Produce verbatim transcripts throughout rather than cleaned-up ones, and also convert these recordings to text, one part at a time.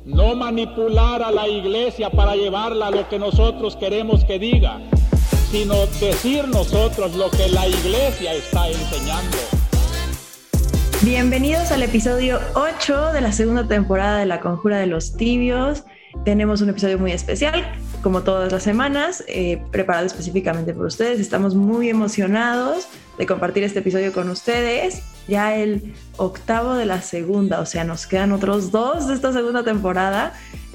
no manipular a la iglesia para llevarla a lo que nosotros queremos que diga, sino decir nosotros lo que la iglesia está enseñando. Bienvenidos al episodio ocho de la segunda temporada de La Conjura de los Tibios. Tenemos un episodio muy especial, como todas las semanas, eh, preparado específicamente por ustedes. Estamos muy emocionados de compartir este episodio con ustedes. Ya el octavo de la segunda, o sea, nos quedan otros dos de esta segunda temporada.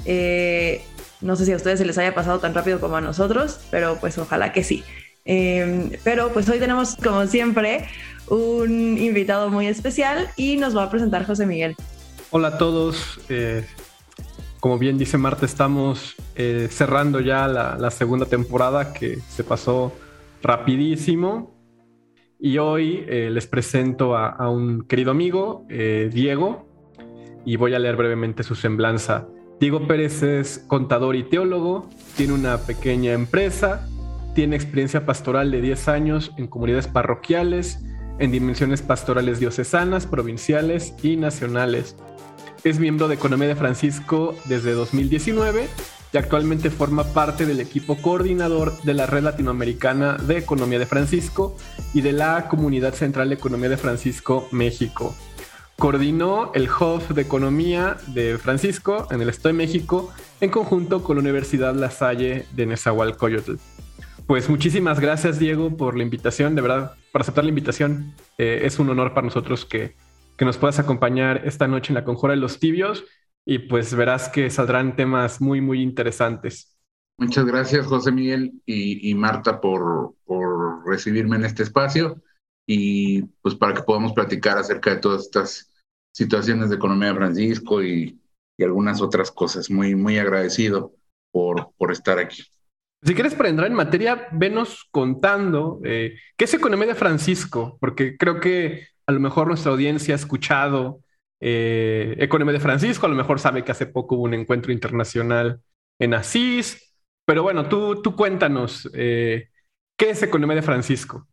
Eh, no sé si a ustedes se les haya pasado tan rápido como a nosotros, pero pues ojalá que sí. Eh, pero pues hoy tenemos, como siempre, un invitado muy especial y nos va a presentar José Miguel. Hola a todos. Eh, como bien dice Marta, estamos eh, cerrando ya la, la segunda temporada que se pasó rapidísimo. Y hoy eh, les presento a, a un querido amigo, eh, Diego, y voy a leer brevemente su semblanza. Diego Pérez es contador y teólogo, tiene una pequeña empresa, tiene experiencia pastoral de diez años en comunidades parroquiales, en dimensiones pastorales diocesanas, provinciales y nacionales. Es miembro de Economía de Francisco desde dos mil diecinueve y actualmente forma parte del equipo coordinador de la Red Latinoamericana de Economía de Francisco y de la Comunidad Central de Economía de Francisco, México. Coordinó el Hub de Economía de Francisco en el Estado de México en conjunto con la Universidad La Salle de Nezahualcóyotl. Pues muchísimas gracias, Diego, por la invitación, de verdad, por aceptar la invitación. Eh, es un honor para nosotros que, que nos puedas acompañar esta noche en La Conjura de los Tibios y pues verás que saldrán temas muy, muy interesantes. Muchas gracias, José Miguel y, y Marta, por, por recibirme en este espacio y pues para que podamos platicar acerca de todas estas situaciones de Economía de Francisco y, y algunas otras cosas. Muy, muy agradecido por, por estar aquí. Si quieres, para entrar en materia, venos contando eh, qué es Economía de Francisco, porque creo que a lo mejor nuestra audiencia ha escuchado eh, Economía de Francisco, a lo mejor sabe que hace poco hubo un encuentro internacional en Asís, pero bueno, tú, tú cuéntanos, eh, ¿qué es Economía de Francisco?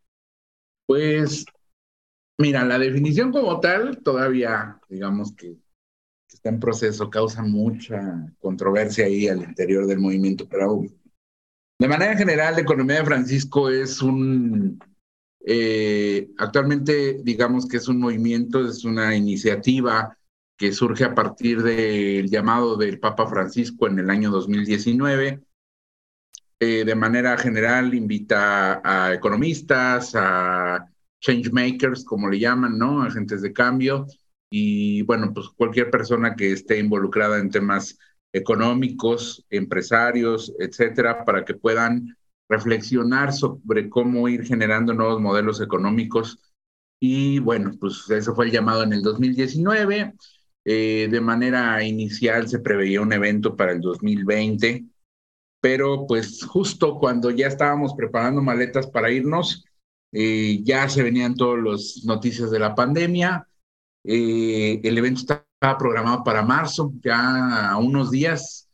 Pues, mira, la definición como tal todavía, digamos que está en proceso, causa mucha controversia ahí al interior del movimiento, pero de manera general, la Economía de Francisco es un, eh, actualmente digamos que es un movimiento, es una iniciativa que surge a partir del llamado del Papa Francisco en el año dos mil diecinueve. Eh, de manera general invita a economistas, a changemakers, como le llaman, ¿no? Agentes de cambio, y bueno, pues cualquier persona que esté involucrada en temas económicos, empresarios, etcétera, para que puedan reflexionar sobre cómo ir generando nuevos modelos económicos. Y bueno, pues eso fue el llamado en el dos mil diecinueve. Eh, de manera inicial se preveía un evento para el dos mil veinte, pero pues justo cuando ya estábamos preparando maletas para irnos, eh, ya se venían todas las noticias de la pandemia. Eh, el evento estaba programado para marzo, ya a unos días,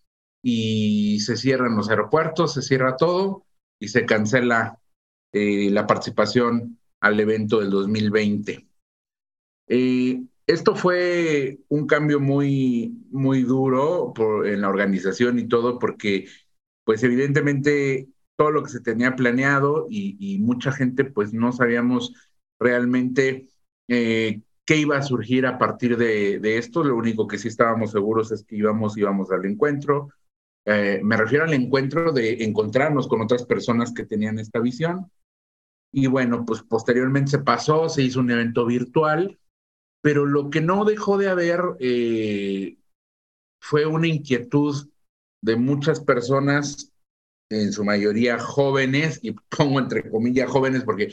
y se cierran los aeropuertos, se cierra todo y se cancela eh, la participación al evento del dos mil veinte. Eh, esto fue un cambio muy, muy duro por, en la organización y todo, porque pues evidentemente todo lo que se tenía planeado y, y mucha gente pues no sabíamos realmente eh, qué iba a surgir a partir de, de esto. Lo único que sí estábamos seguros es que íbamos, íbamos al encuentro. Eh, me refiero al encuentro de encontrarnos con otras personas que tenían esta visión. Y bueno, pues posteriormente se pasó, se hizo un evento virtual, pero lo que no dejó de haber eh, fue una inquietud de muchas personas, en su mayoría jóvenes, y pongo entre comillas jóvenes porque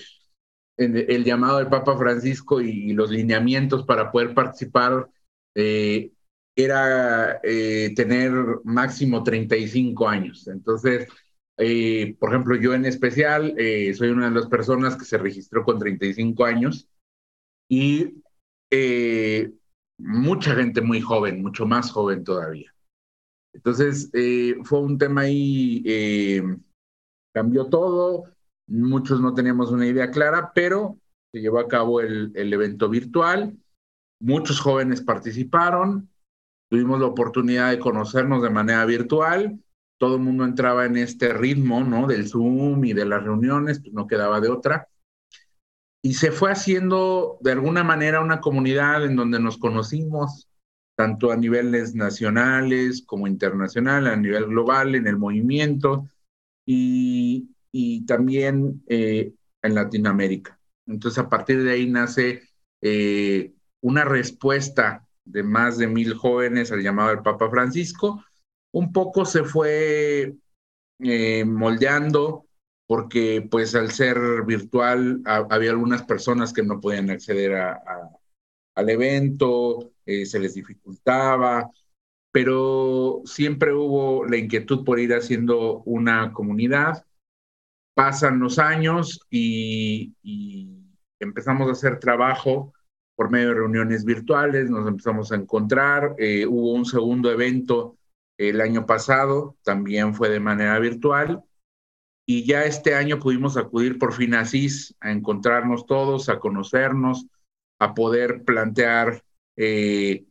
el llamado del Papa Francisco y los lineamientos para poder participar eh, era eh, tener máximo treinta y cinco años. Entonces, eh, por ejemplo, yo en especial eh, soy una de las personas que se registró con treinta y cinco años y eh, mucha gente muy joven, mucho más joven todavía. Entonces, eh, fue un tema ahí, eh, cambió todo. Muchos no teníamos una idea clara, pero se llevó a cabo el, el evento virtual. Muchos jóvenes participaron tuvimos la oportunidad de conocernos de manera virtual, todo el mundo entraba en este ritmo, ¿no? Del Zoom y de las reuniones, pues no quedaba de otra. Y se fue haciendo de alguna manera una comunidad en donde nos conocimos, tanto a niveles nacionales como internacional, a nivel global, en el movimiento y, y también eh, en Latinoamérica. Entonces, a partir de ahí nace eh, una respuesta de más de mil jóvenes al llamado del Papa Francisco. Un poco se fue eh, moldeando porque pues al ser virtual a, había algunas personas que no podían acceder a, a, al evento, eh, se les dificultaba, pero siempre hubo la inquietud por ir haciendo una comunidad. Pasan los años y, y empezamos a hacer trabajo por medio de reuniones virtuales, nos empezamos a encontrar, eh, hubo un segundo evento el año pasado, también fue de manera virtual, y ya este año pudimos acudir por fin a C I S, a encontrarnos todos, a conocernos, a poder plantear eh,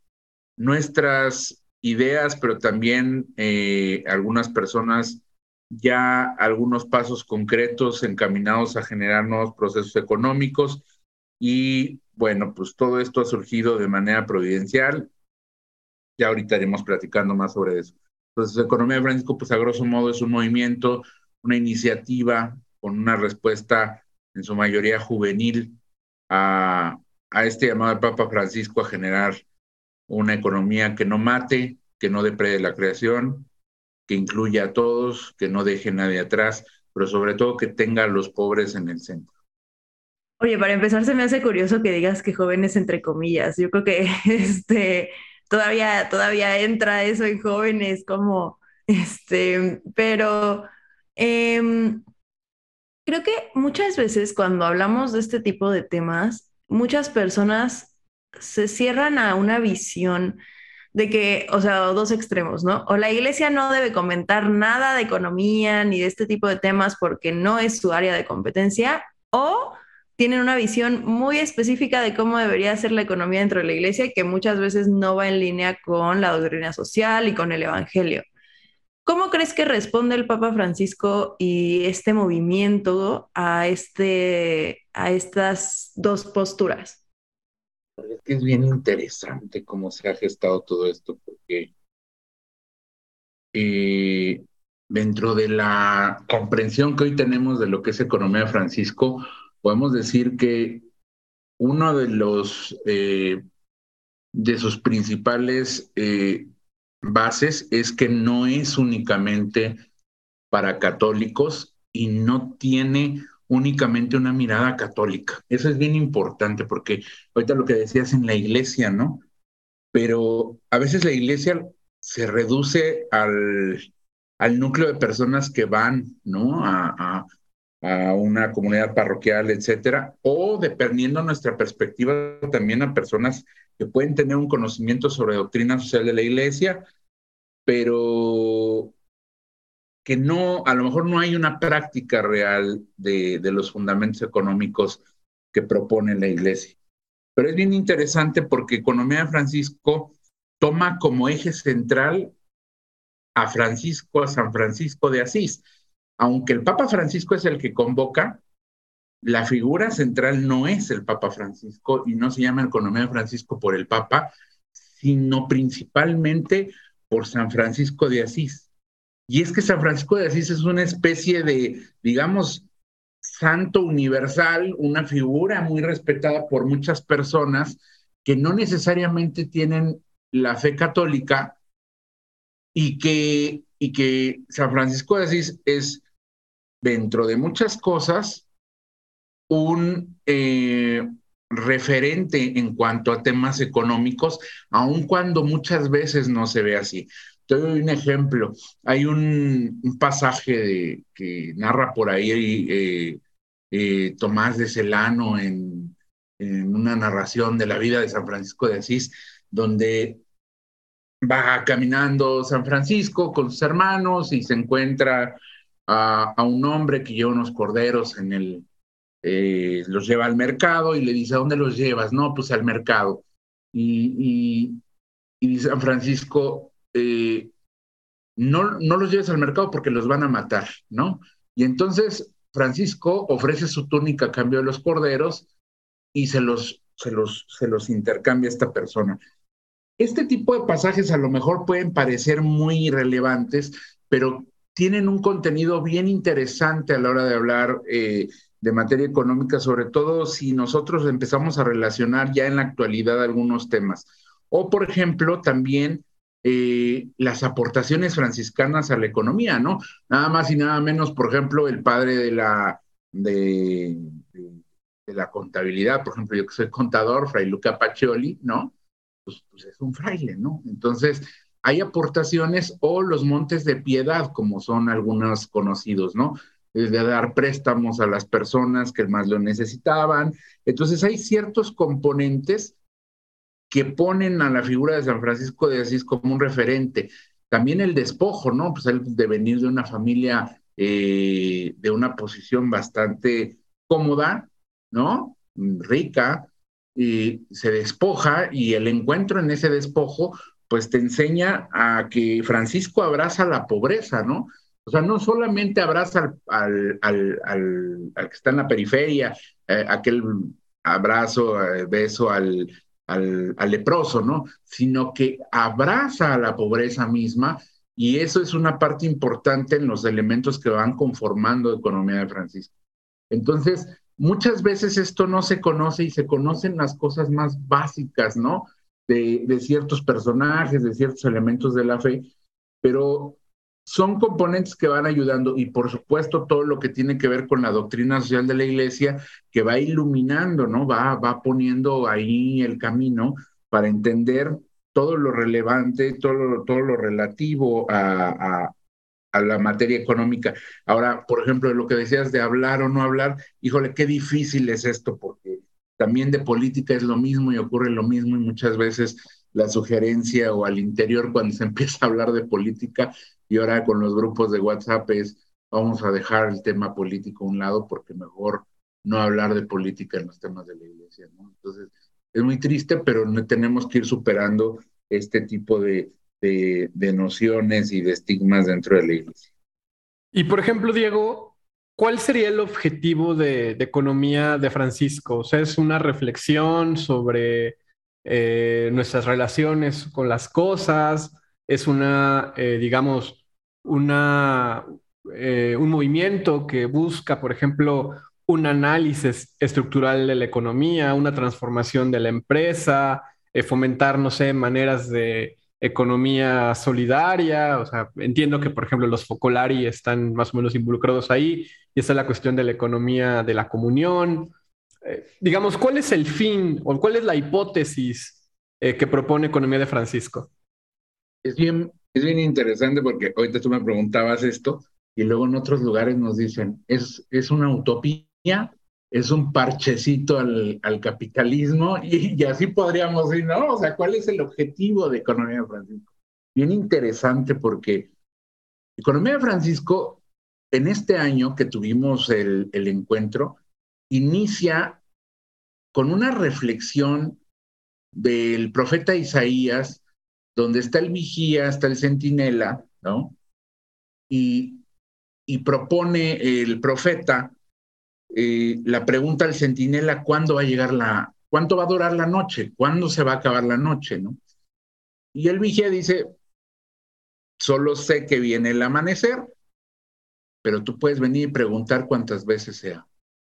nuestras ideas, pero también eh, algunas personas ya algunos pasos concretos encaminados a generar nuevos procesos económicos. Y bueno, pues todo esto ha surgido de manera providencial. Ya ahorita iremos platicando más sobre eso. Entonces, Economía de Francisco, pues a grosso modo es un movimiento, una iniciativa con una respuesta en su mayoría juvenil a, a este llamado del Papa Francisco a generar una economía que no mate, que no deprede la creación, que incluya a todos, que no deje a nadie atrás, pero sobre todo que tenga a los pobres en el centro. Oye, para empezar se me hace curioso que digas que jóvenes entre comillas. Yo creo que este todavía, todavía entra eso en jóvenes, como este, pero em, creo que muchas veces cuando hablamos de este tipo de temas, muchas personas se cierran a una visión de que, o sea, dos extremos, ¿no? O la iglesia no debe comentar nada de economía ni de este tipo de temas porque no es su área de competencia, o tienen una visión muy específica de cómo debería ser la economía dentro de la iglesia y que muchas veces no va en línea con la doctrina social y con el evangelio. ¿Cómo crees que responde el Papa Francisco y este movimiento a, este, a estas dos posturas? Es que es bien interesante cómo se ha gestado todo esto, porque eh, dentro de la comprensión que hoy tenemos de lo que es Economía de Francisco, podemos decir que uno de los eh, de sus principales eh, bases es que no es únicamente para católicos y no tiene únicamente una mirada católica. Eso es bien importante porque ahorita lo que decías en la iglesia, ¿no? Pero a veces la iglesia se reduce al, al núcleo de personas que van, ¿no? A, a, a una comunidad parroquial, etcétera, o dependiendo de nuestra perspectiva también a personas que pueden tener un conocimiento sobre doctrina social de la iglesia, pero que no, a lo mejor no hay una práctica real de, de los fundamentos económicos que propone la iglesia. Pero es bien interesante porque Economía de Francisco toma como eje central a Francisco, a San Francisco de Asís. Aunque el Papa Francisco es el que convoca, la figura central no es el Papa Francisco y no se llama Economía de Francisco por el Papa, sino principalmente por San Francisco de Asís. Y es que San Francisco de Asís es una especie de, digamos, santo universal, una figura muy respetada por muchas personas que no necesariamente tienen la fe católica y que, y que San Francisco de Asís es, dentro de muchas cosas, un eh, referente en cuanto a temas económicos, aun cuando muchas veces no se ve así. Te doy un ejemplo. Hay un, un pasaje de, que narra por ahí eh, eh, Tomás de Celano en, en una narración de la vida de San Francisco de Asís, donde va caminando San Francisco con sus hermanos y se encuentra a, a un hombre que lleva unos corderos en el, eh, los lleva al mercado y le dice, ¿a dónde los llevas? No, pues al mercado. Y, y, y San Francisco, eh, no, no los lleves al mercado porque los van a matar, ¿no? Y entonces Francisco ofrece su túnica a cambio de los corderos y se los, se los, se los intercambia a esta persona. Este tipo de pasajes a lo mejor pueden parecer muy irrelevantes, pero tienen un contenido bien interesante a la hora de hablar eh, de materia económica, sobre todo si nosotros empezamos a relacionar ya en la actualidad algunos temas. O, por ejemplo, también eh, las aportaciones franciscanas a la economía, ¿no? Nada más y nada menos, por ejemplo, el padre de la, de, de, de la contabilidad, por ejemplo, yo que soy contador, Fray Luca Pacioli, ¿no? Pues, pues es un fraile, ¿no? Entonces, hay aportaciones o los montes de piedad, como son algunos conocidos, ¿no? De dar préstamos a las personas que más lo necesitaban. Entonces, hay ciertos componentes que ponen a la figura de San Francisco de Asís como un referente. También el despojo, ¿no? Pues él de venir de una familia eh, de una posición bastante cómoda, ¿no? Rica, y se despoja, y el encuentro en ese despojo, pues te enseña a que Francisco abraza la pobreza, ¿no? O sea, no solamente abraza al, al, al, al, al que está en la periferia, eh, aquel abrazo, eh, beso al Al, al leproso, ¿no? Sino que abraza a la pobreza misma, y eso es una parte importante en los elementos que van conformando la economía de Francisco. Entonces, muchas veces esto no se conoce y se conocen las cosas más básicas, ¿no? De, de ciertos personajes, de ciertos elementos de la fe, pero son componentes que van ayudando, y por supuesto todo lo que tiene que ver con la doctrina social de la Iglesia, que va iluminando, ¿no? Va, va poniendo ahí el camino para entender todo lo relevante, todo lo, todo lo relativo a, a, a la materia económica. Ahora, por ejemplo, lo que decías de hablar o no hablar, híjole, qué difícil es esto, porque también de política es lo mismo y ocurre lo mismo, y muchas veces la sugerencia o al interior cuando se empieza a hablar de política, y ahora con los grupos de WhatsApp es, vamos a dejar el tema político a un lado porque mejor no hablar de política en los temas de la Iglesia, ¿no? Entonces, es muy triste, pero no tenemos que ir superando este tipo de, de, de nociones y de estigmas dentro de la Iglesia. Y, por ejemplo, Diego, ¿cuál sería el objetivo de, de economía de Francisco? O sea, ¿es una reflexión sobre eh, nuestras relaciones con las cosas? ¿Es una, eh, digamos, una, eh, un movimiento que busca, por ejemplo, un análisis estructural de la economía, una transformación de la empresa, eh, fomentar, no sé, maneras de economía solidaria? O sea, entiendo que, por ejemplo, los Focolari están más o menos involucrados ahí, y esa es la cuestión de la economía de la comunión. Eh, digamos, ¿cuál es el fin o cuál es la hipótesis eh, que propone Economía de Francisco? Es bien, es bien interesante porque ahorita tú me preguntabas esto, y luego en otros lugares nos dicen, es, es una utopía, es un parchecito al, al capitalismo, y, y así podríamos decir, ¿no? O sea, ¿cuál es el objetivo de Economía de Francisco? Bien interesante, porque Economía de Francisco, en este año que tuvimos el, el encuentro, inicia con una reflexión del profeta Isaías, donde está el vigía, está el centinela, ¿no? Y, y propone el profeta eh, la pregunta al centinela, ¿cuándo va a llegar la, cuánto va a durar la noche? ¿Cuándo se va a acabar la noche, no? Y el vigía dice, solo sé que viene el amanecer, pero tú puedes venir y preguntar cuántas veces sea.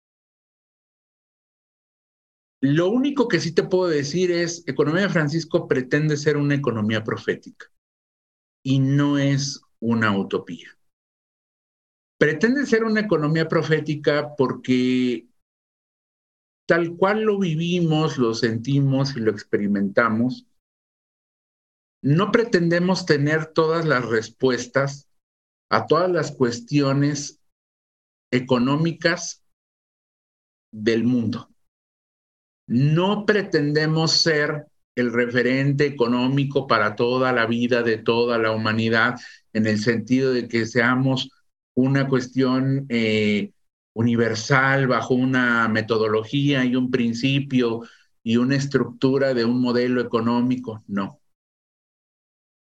Lo único que sí te puedo decir es, Economía de Francisco pretende ser una economía profética y no es una utopía. Pretende ser una economía profética porque tal cual lo vivimos, lo sentimos y lo experimentamos, no pretendemos tener todas las respuestas a todas las cuestiones económicas del mundo. No pretendemos ser el referente económico para toda la vida de toda la humanidad, en el sentido de que seamos una cuestión eh, universal bajo una metodología y un principio y una estructura de un modelo económico. No.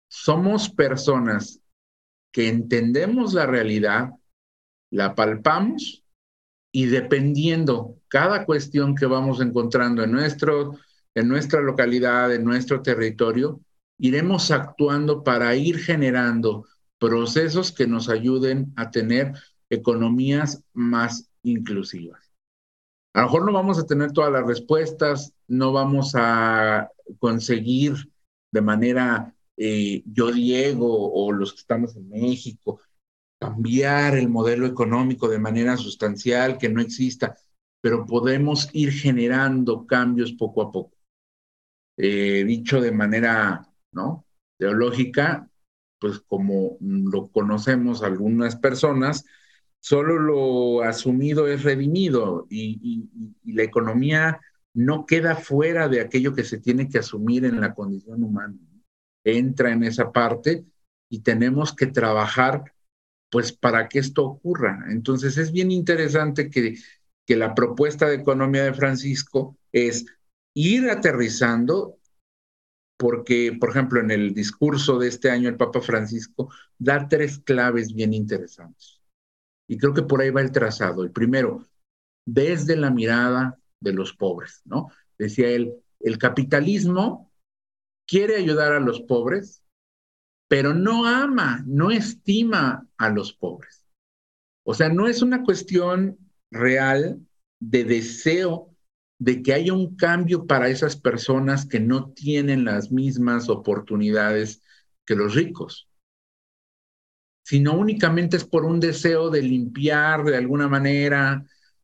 somos personas que entendemos la realidad, la palpamos y dependiendo cada cuestión que vamos encontrando en, nuestro, en nuestra localidad, en nuestro territorio, iremos actuando para ir generando procesos que nos ayuden a tener economías más inclusivas. A lo mejor no vamos a tener todas las respuestas, no vamos a conseguir de manera eh, yo, Diego, o los que estamos en México, cambiar el modelo económico de manera sustancial, que no exista, pero podemos ir generando cambios poco a poco. Eh, dicho de manera, ¿no?, teológica, pues como lo conocemos algunas personas, solo lo asumido es redimido y, y, y la economía no queda fuera de aquello que se tiene que asumir en la condición humana. Entra en esa parte y tenemos que trabajar pues para que esto ocurra. Entonces es bien interesante que, que la propuesta de economía de Francisco es ir aterrizando, porque, por ejemplo, en el discurso de este año el Papa Francisco da tres claves bien interesantes. Y creo que por ahí va el trazado. El primero, desde la mirada de los pobres, ¿no? Decía él, el capitalismo quiere ayudar a los pobres, pero no ama, no estima a los pobres. O sea, no es una cuestión real de deseo de que haya un cambio para esas personas que no tienen las mismas oportunidades que los ricos, sino únicamente es por un deseo de limpiar de alguna manera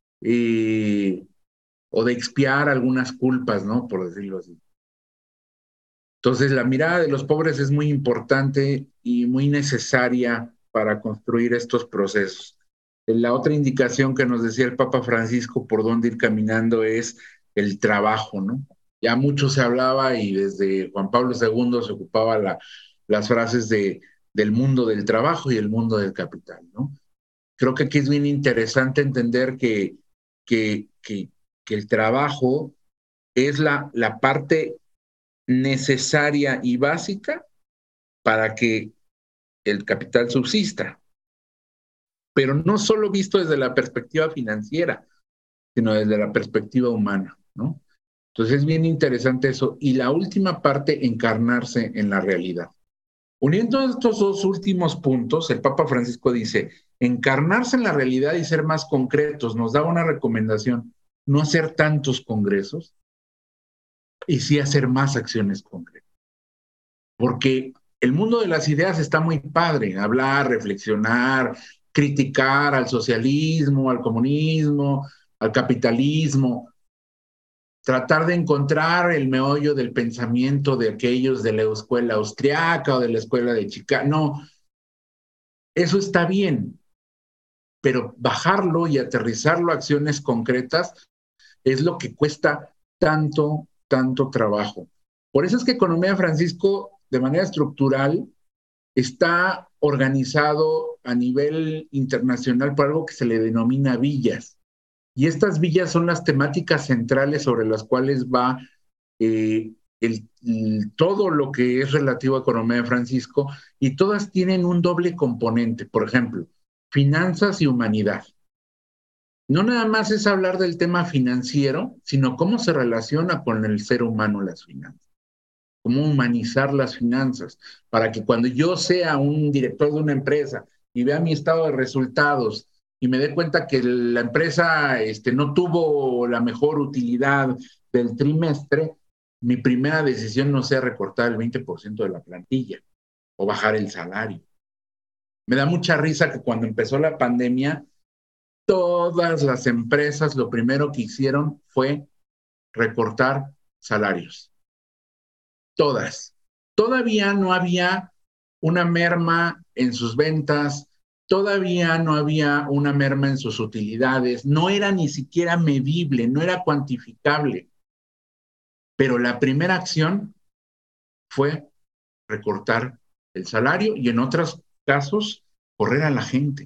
eh, o de expiar algunas culpas, ¿no?, por decirlo así. Entonces, la mirada de los pobres es muy importante y muy necesaria para construir estos procesos. La otra indicación que nos decía el Papa Francisco por dónde ir caminando es el trabajo, ¿no? Ya mucho se hablaba y desde Juan Pablo segundo se ocupaba la, las frases de, del mundo del trabajo y el mundo del capital, ¿no? Creo que aquí es bien interesante entender que, que, que, que el trabajo es la, la parte necesaria y básica para que el capital subsista, pero no solo visto desde la perspectiva financiera, sino desde la perspectiva humana, ¿no? Entonces es bien interesante eso. Y la última parte, encarnarse en la realidad. Uniendo estos dos últimos puntos, el Papa Francisco dice, encarnarse en la realidad y ser más concretos. Nos da una recomendación, no hacer tantos congresos, y sí hacer más acciones concretas. Porque el mundo de las ideas está muy padre, hablar, reflexionar, criticar al socialismo, al comunismo, al capitalismo, tratar de encontrar el meollo del pensamiento de aquellos de la escuela austriaca o de la escuela de Chicago. No, eso está bien, pero bajarlo y aterrizarlo a acciones concretas es lo que cuesta tanto, tanto trabajo. Por eso es que Economía de Francisco, de manera estructural, está organizado a nivel internacional por algo que se le denomina villas. Y estas villas son las temáticas centrales sobre las cuales va eh, el, el, todo lo que es relativo a Economía de Francisco, y todas tienen un doble componente. Por ejemplo, finanzas y humanidad. No nada más es hablar del tema financiero, sino cómo se relaciona con el ser humano las finanzas. Cómo humanizar las finanzas, para que cuando yo sea un director de una empresa y vea mi estado de resultados y me dé cuenta que la empresa este, no tuvo la mejor utilidad del trimestre, mi primera decisión no sea recortar el veinte por ciento de la plantilla o bajar el salario. Me da mucha risa que cuando empezó la pandemia, todas las empresas lo primero que hicieron fue recortar salarios. Todas. Todavía no había una merma en sus ventas, todavía no había una merma en sus utilidades, no era ni siquiera medible, no era cuantificable. Pero la primera acción fue recortar el salario y en otros casos correr a la gente.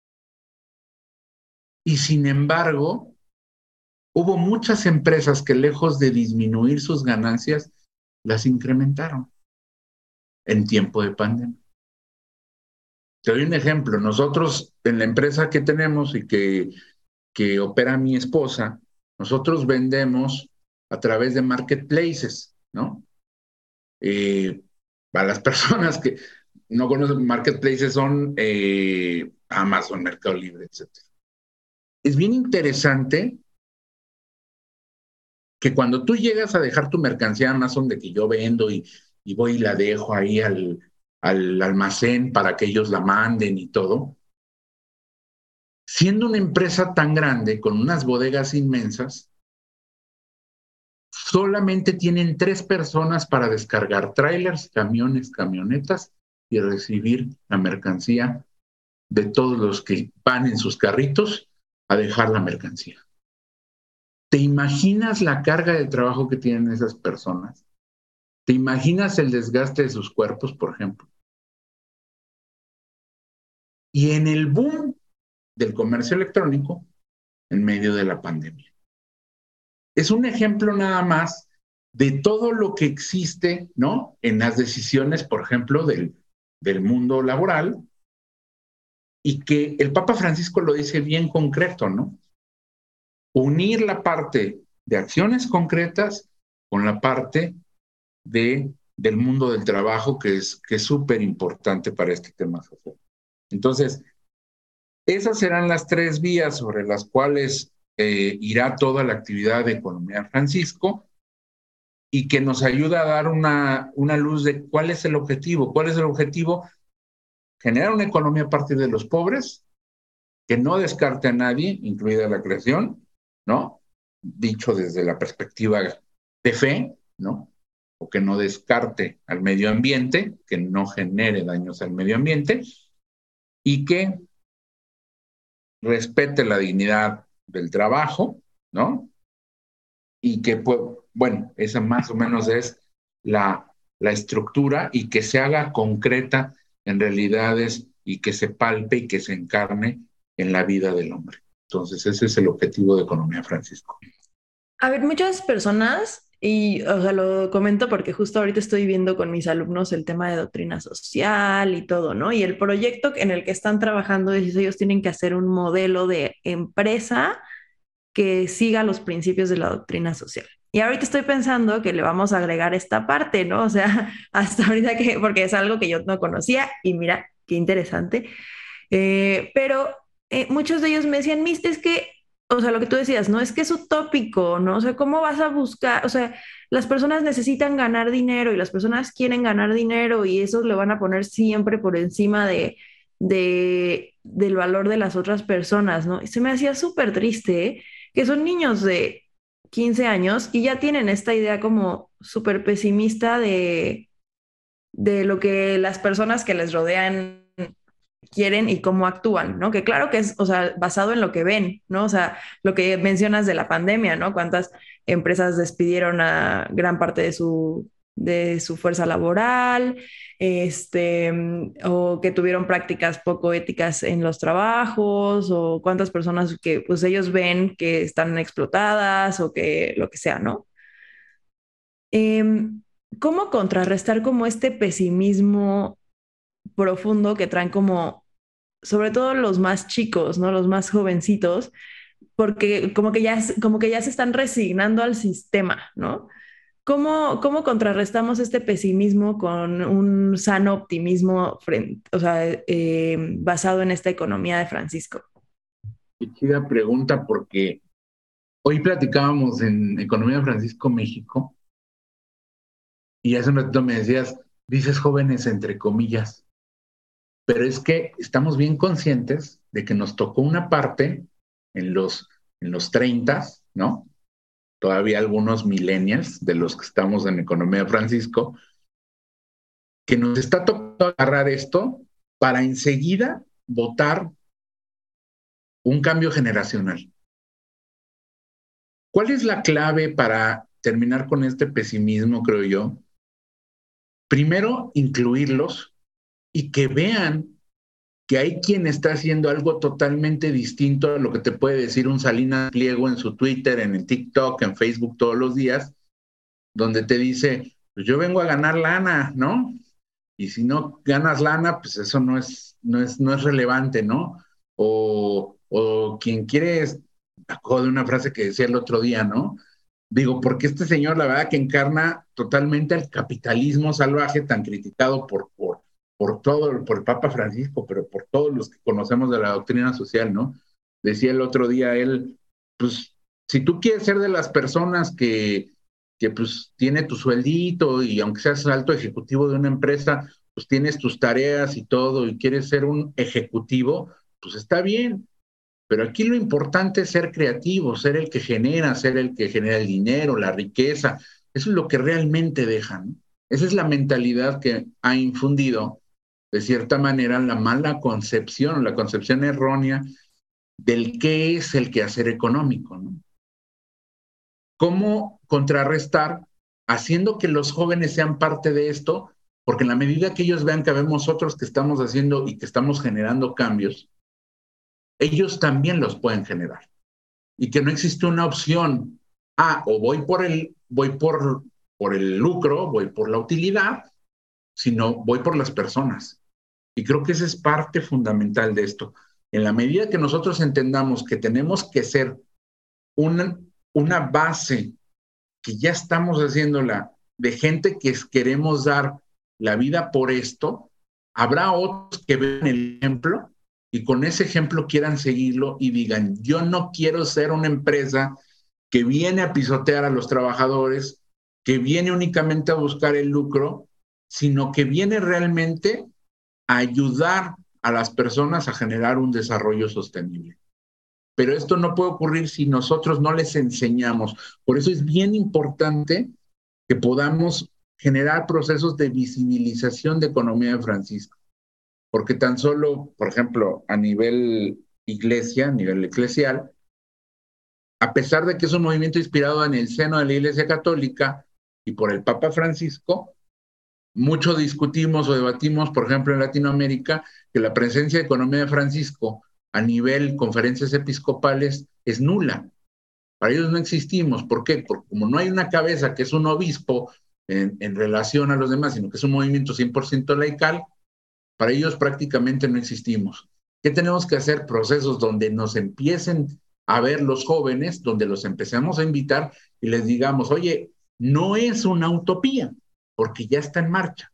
Y sin embargo, hubo muchas empresas que lejos de disminuir sus ganancias, las incrementaron. en tiempo de pandemia. Te doy un ejemplo. Nosotros, en la empresa que tenemos y que, que opera mi esposa, nosotros vendemos a través de marketplaces, ¿no? Eh, para las personas que no conocen marketplaces son eh, Amazon, Mercado Libre, etcétera. Es bien interesante que cuando tú llegas a dejar tu mercancía a Amazon, de que yo vendo y, y voy y la dejo ahí al, al almacén para que ellos la manden y todo, siendo una empresa tan grande, con unas bodegas inmensas, solamente tienen tres personas para descargar trailers, camiones, camionetas y recibir la mercancía de todos los que van en sus carritos a dejar la mercancía. ¿Te imaginas la carga de trabajo que tienen esas personas? ¿Te imaginas el desgaste de sus cuerpos, por ejemplo? Y en el boom del comercio electrónico, en medio de la pandemia. Es un ejemplo nada más de todo lo que existe, ¿no? En las decisiones, por ejemplo, del, del mundo laboral, y que el Papa Francisco lo dice bien concreto, ¿no? Unir la parte de acciones concretas con la parte de, del mundo del trabajo, que es que es súper importante para este tema social. Entonces, esas serán las tres vías sobre las cuales eh, irá toda la actividad de Economía Francisco, y que nos ayuda a dar una, una luz de cuál es el objetivo. ¿Cuál es el objetivo? Generar una economía a partir de los pobres, que no descarte a nadie, incluida la creación, ¿no? Dicho desde la perspectiva de fe, ¿no? O que no descarte al medio ambiente, que no genere daños al medio ambiente, y que respete la dignidad del trabajo, ¿no? Y que, pues, bueno, esa más o menos es la, la estructura, y que se haga concreta en realidades y que se palpe y que se encarne en la vida del hombre. Entonces, ese es el objetivo de Economía Francisco. A ver, muchas personas, y o sea, lo comento porque justo ahorita estoy viendo con mis alumnos el tema de doctrina social y todo, ¿no? Y el proyecto en el que están trabajando es ellos tienen que hacer un modelo de empresa que siga los principios de la doctrina social. Y ahorita estoy pensando que le vamos a agregar esta parte, ¿no? O sea, hasta ahorita que, porque es algo que yo no conocía y mira, qué interesante. Eh, pero eh, muchos de ellos me decían, Miss, es que, o sea, lo que tú decías, ¿no? Es que es utópico, ¿no? O sea, ¿cómo vas a buscar? O sea, las personas necesitan ganar dinero y las personas quieren ganar dinero y eso lo van a poner siempre por encima de, de, del valor de las otras personas, ¿no? Y se me hacía súper triste, ¿eh? Que son niños de quince años y ya tienen esta idea como súper pesimista de, de lo que las personas que les rodean quieren y cómo actúan, ¿no? Que claro que es, o sea, basado en lo que ven, ¿no? O sea, lo que mencionas de la pandemia, ¿no? Cuántas empresas despidieron a gran parte de su, de su fuerza laboral, este, o que tuvieron prácticas poco éticas en los trabajos, o cuántas personas que pues ellos ven que están explotadas o que lo que sea, ¿no? Eh, ¿Cómo contrarrestar como este pesimismo profundo que traen como, sobre todo los más chicos, ¿no? Los más jovencitos, porque como que ya, como que ya se están resignando al sistema, ¿no? ¿Cómo, cómo contrarrestamos este pesimismo con un sano optimismo frente, o sea, eh, basado en esta economía de Francisco? Qué chida pregunta, porque hoy platicábamos en Economía de Francisco México y hace un ratito me decías, dices jóvenes entre comillas, pero es que estamos bien conscientes de que nos tocó una parte en los, en los treintas, ¿no? Todavía algunos millennials de los que estamos en Economía de Francisco, que nos está tocando agarrar esto para enseguida votar un cambio generacional. ¿Cuál es la clave para terminar con este pesimismo, creo yo? Primero, incluirlos y que vean que hay quien está haciendo algo totalmente distinto a lo que te puede decir un Salinas Pliego en su Twitter, en el TikTok, en Facebook todos los días, donde te dice, pues yo vengo a ganar lana, ¿no? y si no ganas lana, pues eso no es, no es, no es relevante, ¿no? O, o quien quiere, me acuerdo de una frase que decía el otro día, ¿no? Digo, porque este señor, la verdad, que encarna totalmente el capitalismo salvaje tan criticado por, por, por todo, por el Papa Francisco, pero por todos los que conocemos de la doctrina social, ¿no? Decía el otro día él, pues, si tú quieres ser de las personas que, que pues, tiene tu sueldito y aunque seas alto ejecutivo de una empresa, pues tienes tus tareas y todo y quieres ser un ejecutivo, pues está bien. Pero aquí lo importante es ser creativo, ser el que genera, ser el que genera el dinero, la riqueza. Eso es lo que realmente dejan. Esa es la mentalidad que ha infundido, de cierta manera, la mala concepción, la concepción errónea del qué es el quehacer económico, ¿no? ¿Cómo contrarrestar haciendo que los jóvenes sean parte de esto? Porque en la medida que ellos vean que vemos otros que estamos haciendo y que estamos generando cambios, ellos también los pueden generar. Y que no existe una opción, ah, o voy por el, voy por, por el lucro, voy por la utilidad, sino voy por las personas. Y creo que esa es parte fundamental de esto. En la medida que nosotros entendamos que tenemos que ser una, una base que ya estamos haciéndola de gente que queremos dar la vida por esto, habrá otros que vean el ejemplo y con ese ejemplo quieran seguirlo y digan, yo no quiero ser una empresa que viene a pisotear a los trabajadores, que viene únicamente a buscar el lucro, sino que viene realmente a ayudar a las personas a generar un desarrollo sostenible. Pero esto no puede ocurrir si nosotros no les enseñamos. Por eso es bien importante que podamos generar procesos de visibilización de economía de Francisco. Porque tan solo, por ejemplo, a nivel iglesia, a nivel eclesial, a pesar de que es un movimiento inspirado en el seno de la Iglesia Católica y por el Papa Francisco, mucho discutimos o debatimos, por ejemplo, en Latinoamérica, que la presencia de economía de Francisco a nivel conferencias episcopales es nula. Para ellos no existimos. ¿Por qué? Porque como no hay una cabeza que es un obispo en, en relación a los demás, sino que es un movimiento cien por ciento laical, para ellos prácticamente no existimos. ¿Qué tenemos que hacer? Procesos donde nos empiecen a ver los jóvenes, donde los empecemos a invitar y les digamos, oye, no es una utopía, porque ya está en marcha.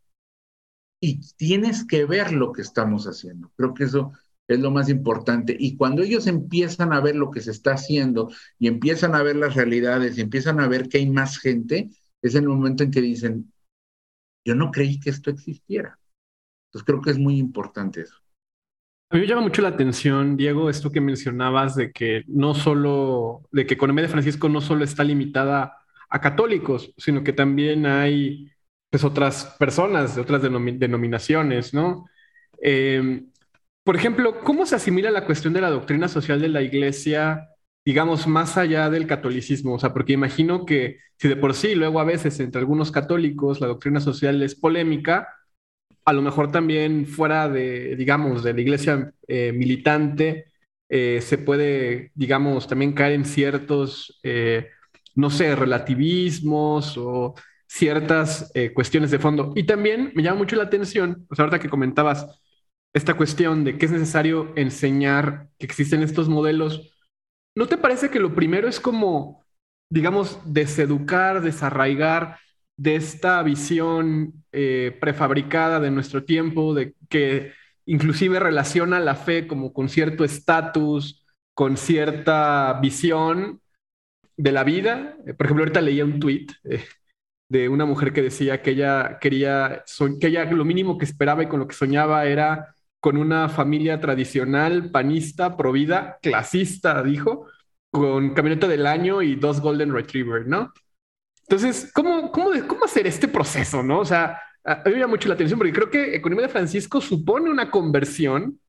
Y tienes que ver lo que estamos haciendo. Creo que eso es lo más importante. Y cuando ellos empiezan a ver lo que se está haciendo y empiezan a ver las realidades y empiezan a ver que hay más gente, es el momento en que dicen, yo no creí que esto existiera. Entonces creo que es muy importante eso. A mí me llama mucho la atención, Diego, esto que mencionabas de que no solo, de que Economía de Francisco no solo está limitada a católicos, sino que también hay pues otras personas de otras denomi- denominaciones, ¿no? Eh, por ejemplo, ¿cómo se asimila la cuestión de la doctrina social de la Iglesia, digamos, más allá del catolicismo? O sea, porque imagino que si de por sí luego a veces entre algunos católicos la doctrina social es polémica, a lo mejor también fuera de, digamos, de la iglesia eh, militante, eh, se puede, digamos, también caer en ciertos, eh, no sé, relativismos o ciertas eh, cuestiones de fondo. Y también me llama mucho la atención, o sea, ahorita que comentabas esta cuestión de que es necesario enseñar que existen estos modelos, ¿no te parece que lo primero es como, digamos, deseducar, desarraigar de esta visión eh, prefabricada de nuestro tiempo, de que inclusive relaciona la fe como con cierto estatus, con cierta visión de la vida? Eh, por ejemplo, ahorita leía un tuit eh, de una mujer que decía que ella quería, so- que ella lo mínimo que esperaba y con lo que soñaba era con una familia tradicional, panista, provida, clasista, dijo, con camioneta del año y dos Golden Retriever, ¿no? Entonces, ¿cómo, cómo, de- cómo hacer este proceso, no? O sea, a a mí me llama mucho la atención porque creo que Economía de Francisco supone una conversión,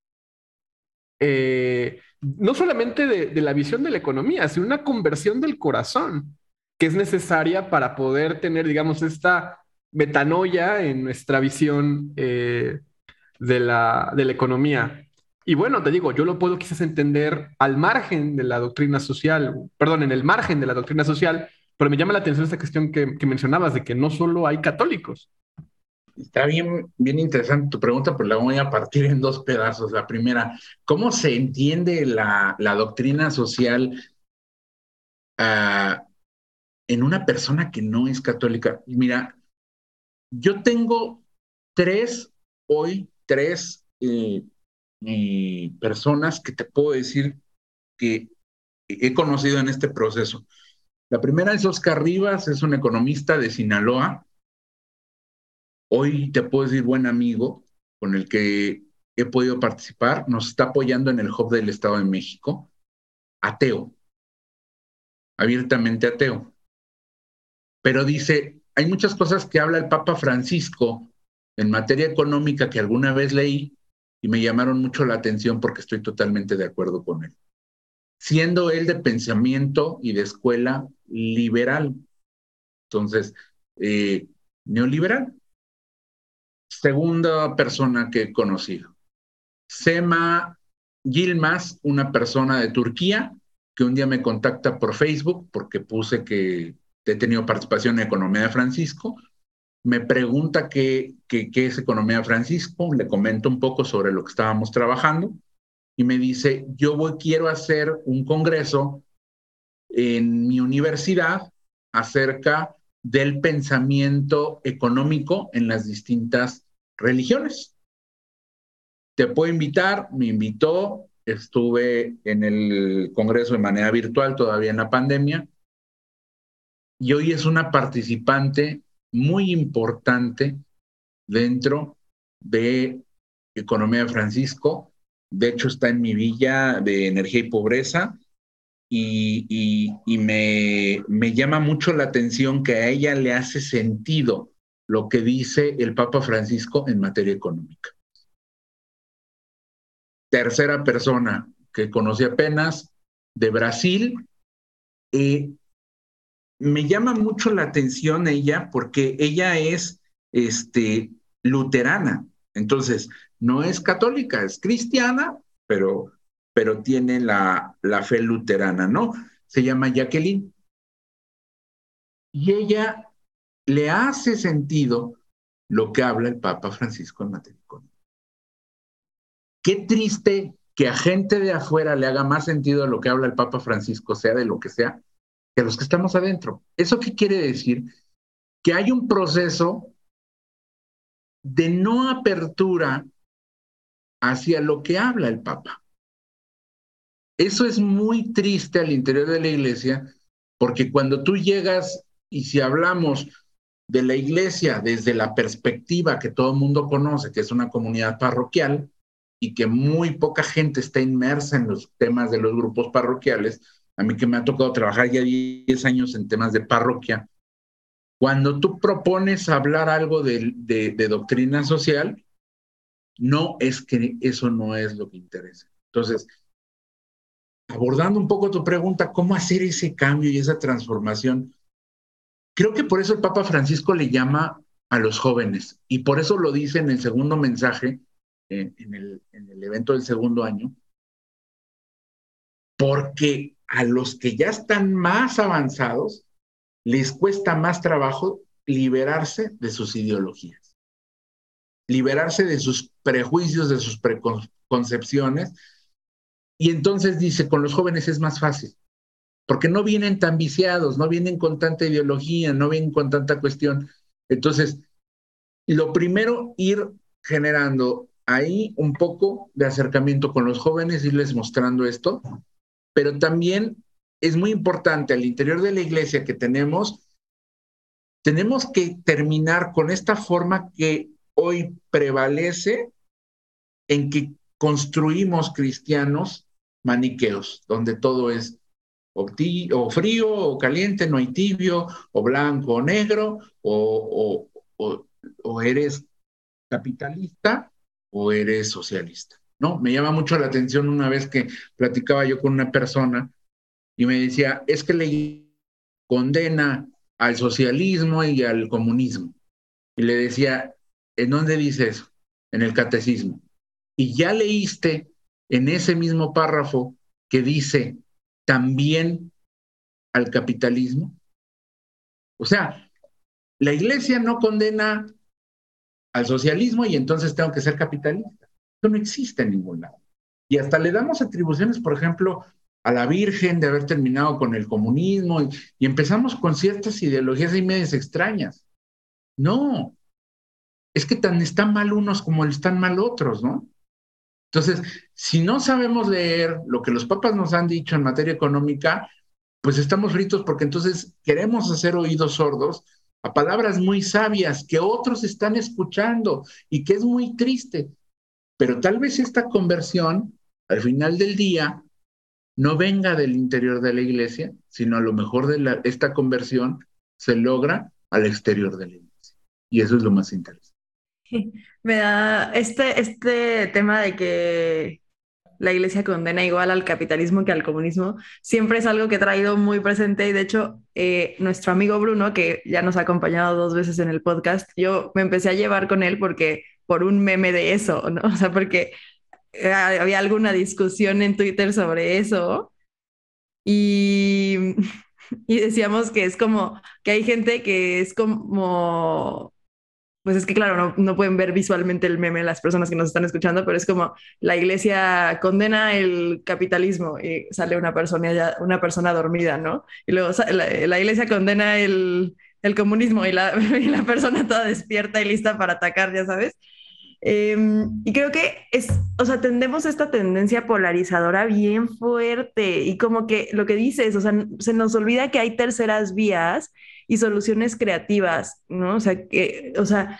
eh, no solamente de, de la visión de la economía, sino una conversión del corazón, que es necesaria para poder tener, digamos, esta metanoia en nuestra visión eh, de la, de la economía. Y bueno, te digo, yo lo puedo quizás entender al margen de la doctrina social, perdón, en el margen de la doctrina social, pero me llama la atención esta cuestión que, que mencionabas de que no solo hay católicos. Está bien, bien interesante tu pregunta, pero la voy a partir en dos pedazos. La primera, ¿cómo se entiende la, la doctrina social uh, en una persona que no es católica? Mira, yo tengo tres, hoy, tres eh, eh, personas que te puedo decir que he conocido en este proceso. La primera es Oscar Rivas, es un economista de Sinaloa. Hoy te puedo decir buen amigo con el que he podido participar. Nos está apoyando en el Hub del Estado de México. Ateo, abiertamente ateo. Pero dice, hay muchas cosas que habla el Papa Francisco en materia económica que alguna vez leí y me llamaron mucho la atención porque estoy totalmente de acuerdo con él. Siendo él de pensamiento y de escuela liberal. Entonces, eh, neoliberal. Segunda persona que he conocido. Sema Yilmaz, una persona de Turquía, que un día me contacta por Facebook porque puse que he tenido participación en Economía de Francisco. Me pregunta qué, qué, qué es Economía de Francisco, le comento un poco sobre lo que estábamos trabajando y me dice, yo voy, quiero hacer un congreso en mi universidad acerca del pensamiento económico en las distintas religiones. Te puedo invitar, me invitó, estuve en el congreso de manera virtual todavía en la pandemia y hoy es una participante muy importante dentro de Economía de Francisco. De hecho, está en mi villa de energía y pobreza y, y, y me, me llama mucho la atención que a ella le hace sentido lo que dice el Papa Francisco en materia económica. Tercera persona que conocí apenas, de Brasil. Eh, me llama mucho la atención ella porque ella es este, luterana. Entonces, no es católica, es cristiana, pero, pero tiene la, la fe luterana, ¿no? Se llama Jacqueline. Y ella le hace sentido lo que habla el Papa Francisco en materia económica. Qué triste que a gente de afuera le haga más sentido lo que habla el Papa Francisco, sea de lo que sea, que a los que estamos adentro. ¿Eso qué quiere decir? Que hay un proceso de no apertura hacia lo que habla el Papa. Eso es muy triste al interior de la iglesia, porque cuando tú llegas y si hablamos de la iglesia desde la perspectiva que todo el mundo conoce, que es una comunidad parroquial, y que muy poca gente está inmersa en los temas de los grupos parroquiales, a mí que me ha tocado trabajar ya diez años en temas de parroquia, cuando tú propones hablar algo de, de, de doctrina social, no es que eso no es lo que interesa. Entonces, abordando un poco tu pregunta, ¿cómo hacer ese cambio y esa transformación? Creo que por eso el Papa Francisco le llama a los jóvenes y por eso lo dice en el segundo mensaje, en, en, el, en el evento del segundo año, porque a los que ya están más avanzados les cuesta más trabajo liberarse de sus ideologías, liberarse de sus prejuicios, de sus preconcepciones. Y entonces dice, con los jóvenes es más fácil, porque no vienen tan viciados, no vienen con tanta ideología, no vienen con tanta cuestión. Entonces, lo primero, ir generando ahí un poco de acercamiento con los jóvenes, irles mostrando esto, pero también es muy importante al interior de la iglesia que tenemos, tenemos que terminar con esta forma que hoy prevalece en que construimos cristianos maniqueos, donde todo es o, tí, o frío o caliente, no hay tibio, o blanco o negro, o, o, o, o eres capitalista o eres socialista, ¿no? Me llama mucho la atención una vez que platicaba yo con una persona y me decía, es que le condena al socialismo y al comunismo. Y le decía, ¿en dónde dice eso? En el catecismo. Y ya leíste en ese mismo párrafo que dice también al capitalismo. O sea, la iglesia no condena al socialismo y entonces tengo que ser capitalista. Eso no existe en ningún lado. Y hasta le damos atribuciones, por ejemplo, a la Virgen de haber terminado con el comunismo y, y empezamos con ciertas ideologías y medias extrañas. No, es que tan están mal unos como están mal otros, ¿no? Entonces, si no sabemos leer lo que los papas nos han dicho en materia económica, pues estamos fritos porque entonces queremos hacer oídos sordos a palabras muy sabias que otros están escuchando y que es muy triste. Pero tal vez esta conversión, al final del día, no venga del interior de la iglesia, sino a lo mejor de la, esta conversión se logra al exterior de la iglesia. Y eso es lo más interesante. Me da este, este tema de que la iglesia condena igual al capitalismo que al comunismo, siempre es algo que he traído muy presente y de hecho eh, nuestro amigo Bruno, que ya nos ha acompañado dos veces en el podcast, yo me empecé a llevar con él porque por un meme de eso, ¿no? O sea, porque eh, había alguna discusión en Twitter sobre eso y, y decíamos que es como que hay gente que es como pues es que claro, no, no pueden ver visualmente el meme las personas que nos están escuchando, pero es como la iglesia condena el capitalismo y sale una persona, ya, una persona dormida, ¿no? Y luego la, la iglesia condena el, el comunismo y la, y la persona toda despierta y lista para atacar, ya sabes. Eh, y creo que es, o sea, tendemos esta tendencia polarizadora bien fuerte y como que lo que dices, o sea, se nos olvida que hay terceras vías y soluciones creativas, ¿no? O sea, que, o sea,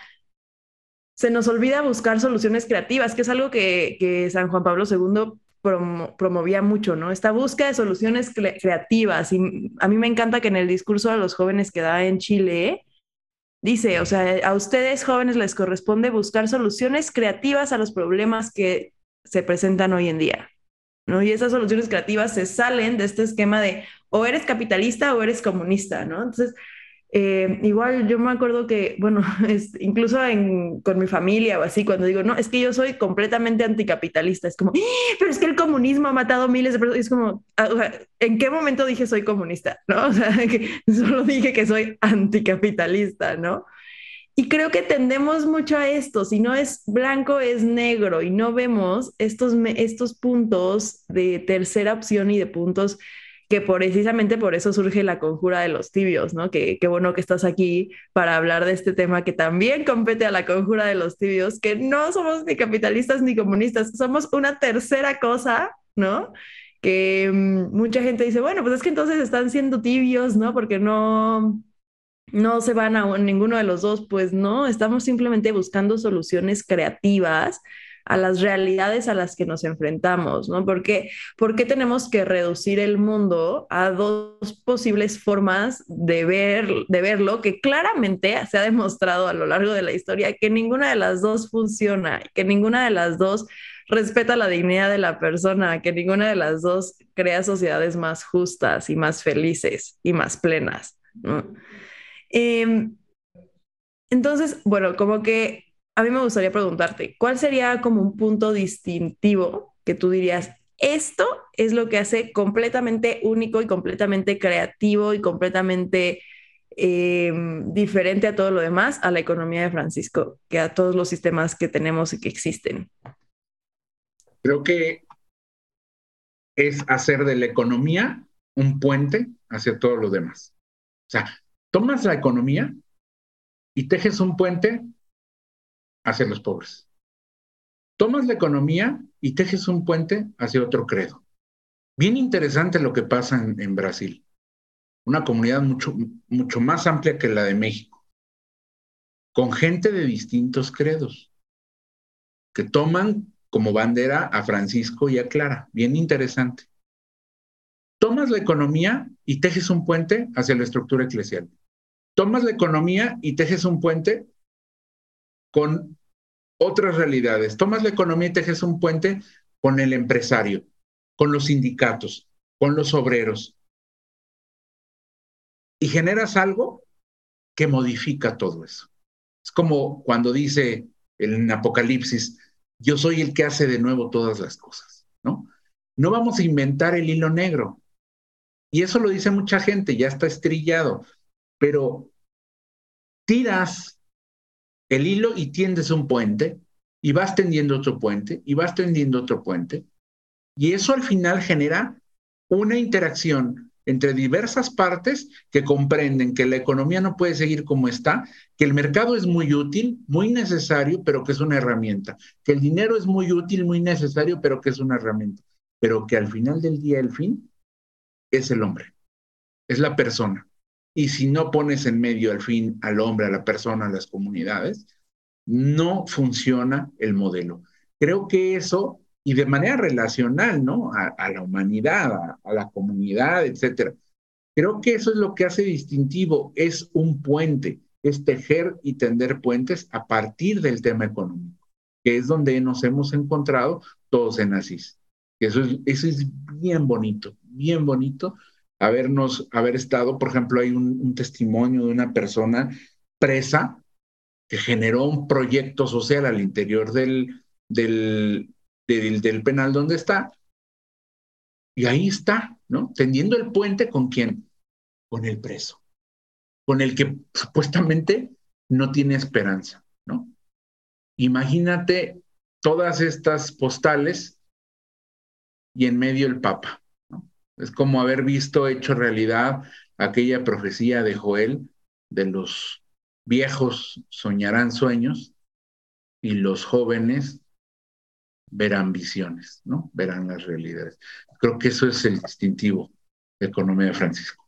se nos olvida buscar soluciones creativas, que es algo que, que San Juan Pablo segundo promo, promovía mucho, ¿no? Esta búsqueda de soluciones creativas. Y a mí me encanta que en el discurso a los jóvenes que da en Chile, dice, o sea, a ustedes jóvenes les corresponde buscar soluciones creativas a los problemas que se presentan hoy en día, ¿no? Y esas soluciones creativas se salen de este esquema de o eres capitalista o eres comunista, ¿no? Entonces, eh, igual yo me acuerdo que, bueno, es, incluso en, con mi familia o así, cuando digo, no, es que yo soy completamente anticapitalista, es como, ¡ah! Pero es que el comunismo ha matado miles de personas, y es como, ah, o sea, ¿en qué momento dije soy comunista? ¿No? O sea, que solo dije que soy anticapitalista, ¿no? Y creo que tendemos mucho a esto, si no es blanco es negro y no vemos estos, estos puntos de tercera opción y de puntos que precisamente por eso surge la conjura de los tibios, ¿no? Que qué bueno que estás aquí para hablar de este tema que también compete a la conjura de los tibios, que no somos ni capitalistas ni comunistas, somos una tercera cosa, ¿no? Que mmm, mucha gente dice, bueno, pues es que entonces están siendo tibios, ¿no? Porque no no se van a ninguno de los dos, pues no, estamos simplemente buscando soluciones creativas a las realidades a las que nos enfrentamos, ¿no? Porque, ¿por qué tenemos que reducir el mundo a dos posibles formas de, ver, de verlo que claramente se ha demostrado a lo largo de la historia que ninguna de las dos funciona, que ninguna de las dos respeta la dignidad de la persona, que ninguna de las dos crea sociedades más justas y más felices y más plenas, ¿no? Eh, entonces, bueno, como que a mí me gustaría preguntarte, ¿cuál sería como un punto distintivo que tú dirías, esto es lo que hace completamente único y completamente creativo y completamente eh, diferente a todo lo demás, a la economía de Francisco, que a todos los sistemas que tenemos y que existen? Creo que es hacer de la economía un puente hacia todo lo demás. O sea, tomas la economía y tejes un puente hacia los pobres. Tomas la economía y tejes un puente hacia otro credo. Bien interesante lo que pasa en, en Brasil. Una comunidad mucho, mucho más amplia que la de México, con gente de distintos credos, que toman como bandera a Francisco y a Clara. Bien interesante. Tomas la economía y tejes un puente hacia la estructura eclesial. Tomas la economía y tejes un puente con otras realidades. Tomas la economía y tejes un puente con el empresario, con los sindicatos, con los obreros. Y generas algo que modifica todo eso. Es como cuando dice en Apocalipsis, yo soy el que hace de nuevo todas las cosas, ¿no? No vamos a inventar el hilo negro. Y eso lo dice mucha gente, ya está estrillado. Pero tiras el hilo y tiendes un puente y vas tendiendo otro puente y vas tendiendo otro puente. Y eso al final genera una interacción entre diversas partes que comprenden que la economía no puede seguir como está, que el mercado es muy útil, muy necesario, pero que es una herramienta, que el dinero es muy útil, muy necesario, pero que es una herramienta, pero que al final del día el fin es el hombre, es la persona. Y si no pones en medio al fin al hombre, a la persona, a las comunidades, no funciona el modelo. Creo que eso, y de manera relacional, ¿no? A, a la humanidad, a, a la comunidad, etcétera. Creo que eso es lo que hace distintivo, es un puente, es tejer y tender puentes a partir del tema económico, que es donde nos hemos encontrado todos en Asís. Eso es, eso es bien bonito, bien bonito, habernos, haber estado, por ejemplo, hay un, un testimonio de una persona presa que generó un proyecto social al interior del, del, del, del penal donde está, y ahí está, ¿no? Tendiendo el puente ¿con quién? Con el preso, con el que supuestamente no tiene esperanza, ¿no? Imagínate todas estas postales y en medio el Papa, ¿no? Es como haber visto hecho realidad aquella profecía de Joel de los viejos soñarán sueños y los jóvenes verán visiones, ¿no? Verán las realidades. Creo que eso es el distintivo de Economía de Francisco.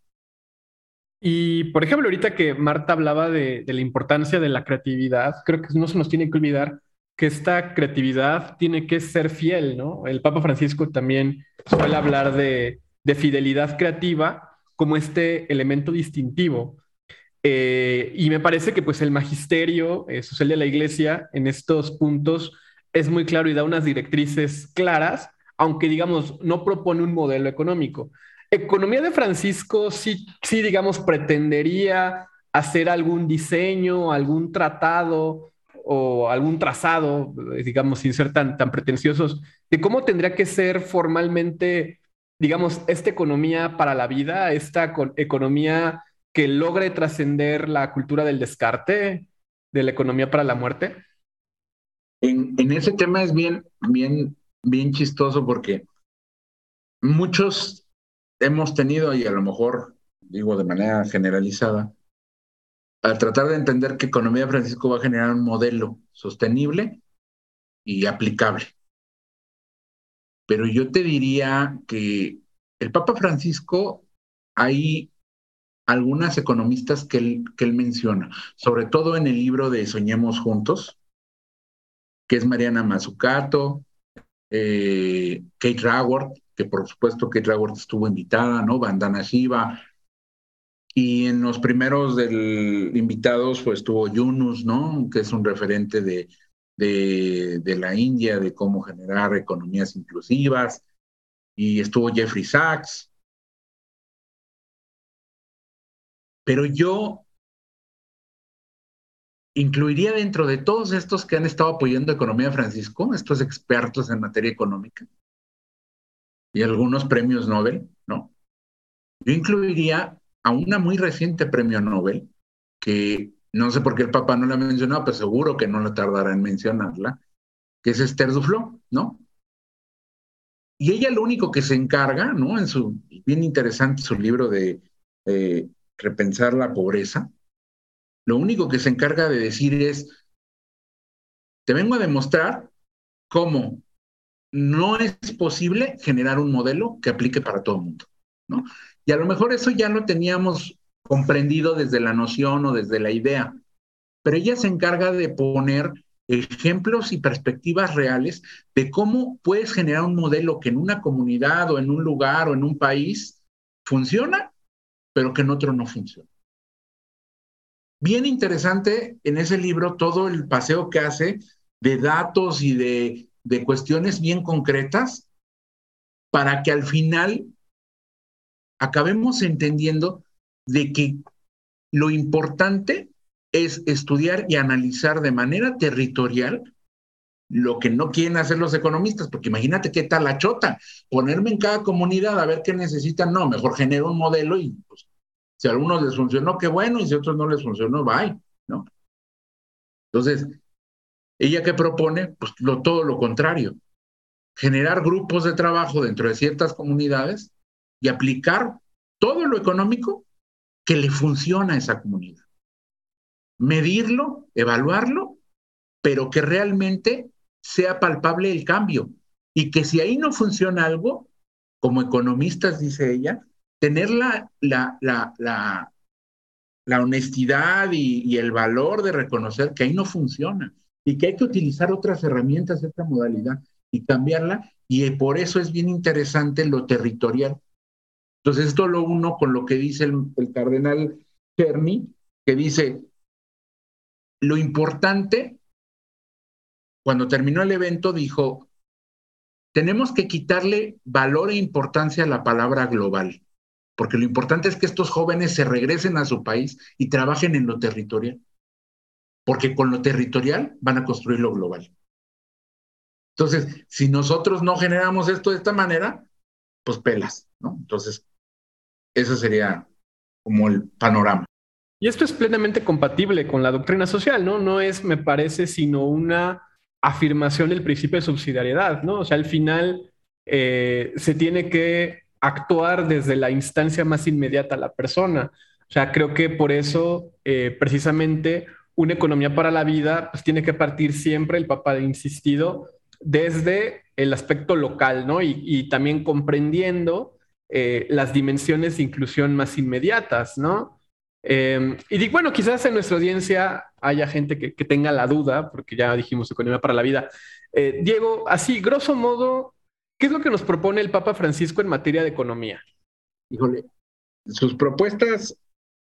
Y, por ejemplo, ahorita que Marta hablaba de, de la importancia de la creatividad, creo que no se nos tiene que olvidar que esta creatividad tiene que ser fiel, ¿no? El Papa Francisco también suele hablar de, de fidelidad creativa como este elemento distintivo. Eh, y me parece que pues el magisterio eh, social de la Iglesia en estos puntos es muy claro y da unas directrices claras, aunque digamos no propone un modelo económico. Economía de Francisco sí, sí digamos pretendería hacer algún diseño, algún tratado o algún trazado, digamos sin ser tan, tan pretenciosos, de cómo tendría que ser formalmente, digamos, esta economía para la vida, esta economía que logre trascender la cultura del descarte, de la economía para la muerte? En, en ese tema es bien, bien, bien chistoso porque muchos hemos tenido, y a lo mejor digo de manera generalizada, al tratar de entender que Economía de Francisco va a generar un modelo sostenible y aplicable. Pero yo te diría que el Papa Francisco, hay algunas economistas que él, que él menciona, sobre todo en el libro de Soñemos Juntos, que es Mariana Mazzucato, eh, Kate Raworth, que por supuesto Kate Raworth estuvo invitada, ¿no? Vandana Shiva, y en los primeros del invitados pues estuvo Yunus, ¿no? Que es un referente de, de, de la India, de cómo generar economías inclusivas, y estuvo Jeffrey Sachs. Pero yo incluiría dentro de todos estos que han estado apoyando Economía de Francisco, estos expertos en materia económica, y algunos premios Nobel, ¿no? Yo incluiría a una muy reciente premio Nobel, que no sé por qué el Papa no la ha mencionado, pero seguro que no le tardará en mencionarla, que es Esther Duflo, ¿no? Y ella lo único que se encarga, ¿no? En su, bien interesante su libro de eh, Repensar la pobreza, lo único que se encarga de decir es, te vengo a demostrar cómo no es posible generar un modelo que aplique para todo el mundo, ¿no? Y a lo mejor eso ya lo teníamos comprendido desde la noción o desde la idea, pero ella se encarga de poner ejemplos y perspectivas reales de cómo puedes generar un modelo que en una comunidad o en un lugar o en un país funciona, pero que en otro no funciona. Bien interesante en ese libro todo el paseo que hace de datos y de, de cuestiones bien concretas para que al final acabemos entendiendo de que lo importante es estudiar y analizar de manera territorial lo que no quieren hacer los economistas, porque imagínate qué tal la chota, ponerme en cada comunidad a ver qué necesitan, no, mejor genero un modelo y pues, si a algunos les funcionó, qué bueno, y si a otros no les funcionó, bye, ¿no? Entonces, ¿ella qué propone? Pues lo, todo lo contrario, generar grupos de trabajo dentro de ciertas comunidades y aplicar todo lo económico que le funciona a esa comunidad. Medirlo, evaluarlo, pero que realmente sea palpable el cambio. Y que si ahí no funciona algo, como economistas, dice ella, tener la, la, la, la, la honestidad y, y el valor de reconocer que ahí no funciona y que hay que utilizar otras herramientas de esta modalidad y cambiarla. Y por eso es bien interesante lo territorial. Entonces, esto lo uno con lo que dice el, el cardenal Czerny, que dice, lo importante, cuando terminó el evento, dijo, tenemos que quitarle valor e importancia a la palabra global, porque lo importante es que estos jóvenes se regresen a su país y trabajen en lo territorial, porque con lo territorial van a construir lo global. Entonces, si nosotros no generamos esto de esta manera, pues pelas, ¿no? Entonces, eso sería como el panorama. Y esto es plenamente compatible con la doctrina social, ¿no? No es, me parece, sino una afirmación del principio de subsidiariedad, ¿no? O sea, al final eh, se tiene que actuar desde la instancia más inmediata a la persona. O sea, creo que por eso, eh, precisamente, una economía para la vida, pues tiene que partir siempre, el Papa ha insistido, desde el aspecto local, ¿no? Y, y también comprendiendo eh, las dimensiones de inclusión más inmediatas, ¿no? Eh, y bueno, quizás en nuestra audiencia haya gente que, que tenga la duda, porque ya dijimos economía para la vida. Eh, Diego, así, grosso modo, ¿qué es lo que nos propone el Papa Francisco en materia de economía? Híjole, sus propuestas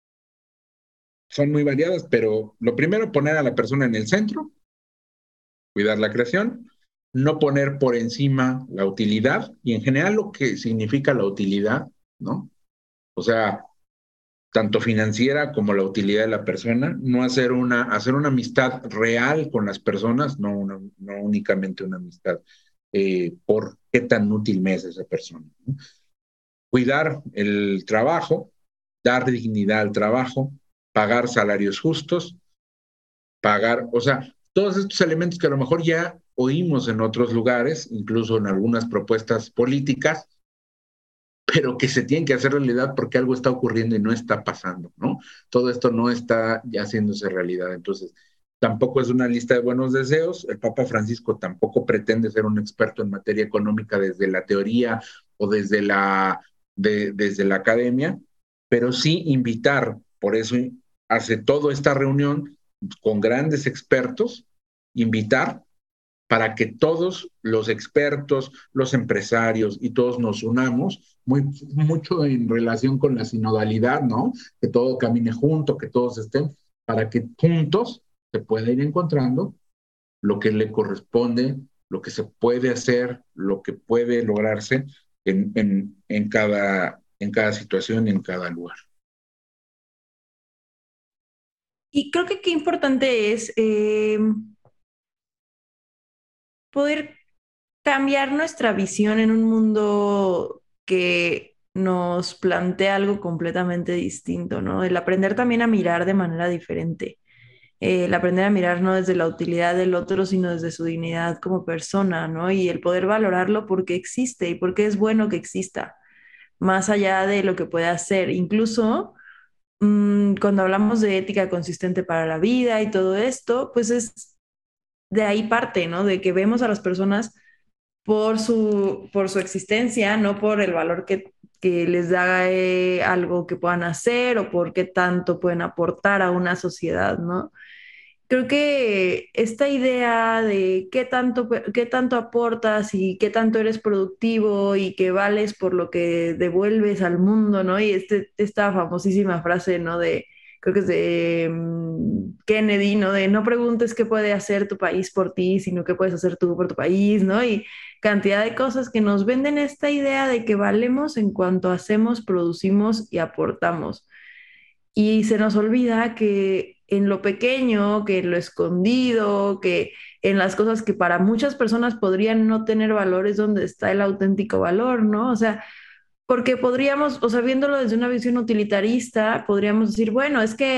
son muy variadas, pero lo primero, poner a la persona en el centro, cuidar la creación, no poner por encima la utilidad y en general lo que significa la utilidad, ¿no? O sea, tanto financiera como la utilidad de la persona, no hacer una, hacer una amistad real con las personas, no, una, no únicamente una amistad eh, por qué tan útil me es esa persona, ¿no? Cuidar el trabajo, dar dignidad al trabajo, pagar salarios justos, pagar, o sea, todos estos elementos que a lo mejor ya oímos en otros lugares, incluso en algunas propuestas políticas, pero que se tienen que hacer realidad porque algo está ocurriendo y no está pasando, ¿no? Todo esto no está ya haciéndose realidad. Entonces, tampoco es una lista de buenos deseos. El Papa Francisco tampoco pretende ser un experto en materia económica desde la teoría o desde la, de, desde la academia, pero sí invitar, por eso hace toda esta reunión con grandes expertos, invitar para que todos los expertos, los empresarios y todos nos unamos, muy, mucho en relación con la sinodalidad, ¿no? Que todo camine junto, que todos estén, para que juntos se pueda ir encontrando lo que le corresponde, lo que se puede hacer, lo que puede lograrse en, en, en, cada, en cada situación y en cada lugar. Y creo que qué importante es eh, poder cambiar nuestra visión en un mundo que nos plantea algo completamente distinto, ¿no? El aprender también a mirar de manera diferente. Eh, el aprender a mirar no desde la utilidad del otro, sino desde su dignidad como persona, ¿no? Y el poder valorarlo porque existe y porque es bueno que exista, más allá de lo que puede hacer. Incluso mmm, cuando hablamos de ética consistente para la vida y todo esto, pues es de ahí parte, ¿no? De que vemos a las personas por su, por su existencia, no por el valor que, que les da eh, algo que puedan hacer o por qué tanto pueden aportar a una sociedad, ¿no? Creo que esta idea de qué tanto, qué tanto aportas y qué tanto eres productivo y que vales por lo que devuelves al mundo, ¿no? Y este, esta famosísima frase, ¿no? De, creo que es de um, Kennedy, ¿no? De no preguntes qué puede hacer tu país por ti, sino qué puedes hacer tú por tu país, ¿no? Y cantidad de cosas que nos venden esta idea de que valemos en cuanto hacemos, producimos y aportamos. Y se nos olvida que en lo pequeño, que en lo escondido, que en las cosas que para muchas personas podrían no tener valor es donde está el auténtico valor, ¿no? O sea, porque podríamos, o sea, viéndolo desde una visión utilitarista, podríamos decir, bueno, es que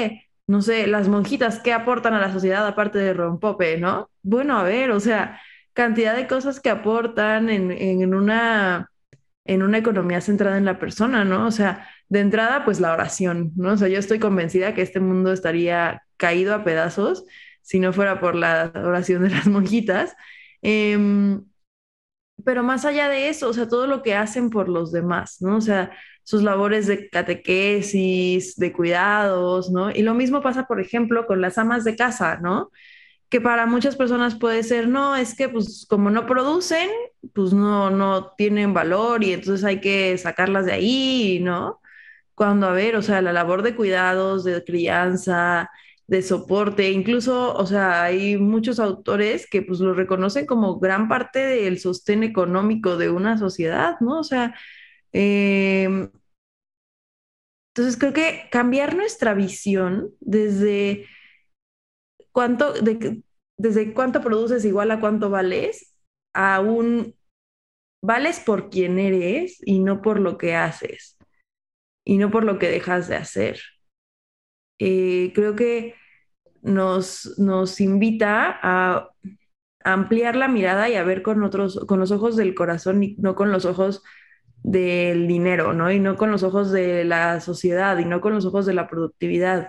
no sé, las monjitas, ¿qué aportan a la sociedad aparte de rompope, ¿no? Bueno, a ver, o sea, cantidad de cosas que aportan en, en una, en una economía centrada en la persona, ¿no? O sea, de entrada, pues la oración, ¿no? O sea, yo estoy convencida que este mundo estaría caído a pedazos si no fuera por la oración de las monjitas. Em, pero más allá de eso, o sea, todo lo que hacen por los demás, ¿no? O sea, sus labores de catequesis, de cuidados, ¿no? Y lo mismo pasa, por ejemplo, con las amas de casa, ¿no? Que para muchas personas puede ser, no, es que pues como no producen, pues no, no tienen valor y entonces hay que sacarlas de ahí, ¿no? Cuando, a ver, o sea, la labor de cuidados, de crianza, de soporte, incluso, o sea, hay muchos autores que pues lo reconocen como gran parte del sostén económico de una sociedad, ¿no? O sea, eh, entonces creo que cambiar nuestra visión desde cuánto, de, desde cuánto produces igual a cuánto vales, a un vales por quien eres y no por lo que haces, y no por lo que dejas de hacer. Eh, creo que nos, nos invita a ampliar la mirada y a ver con otros, con los ojos del corazón y no con los ojos del dinero, ¿no? Y no con los ojos de la sociedad y no con los ojos de la productividad.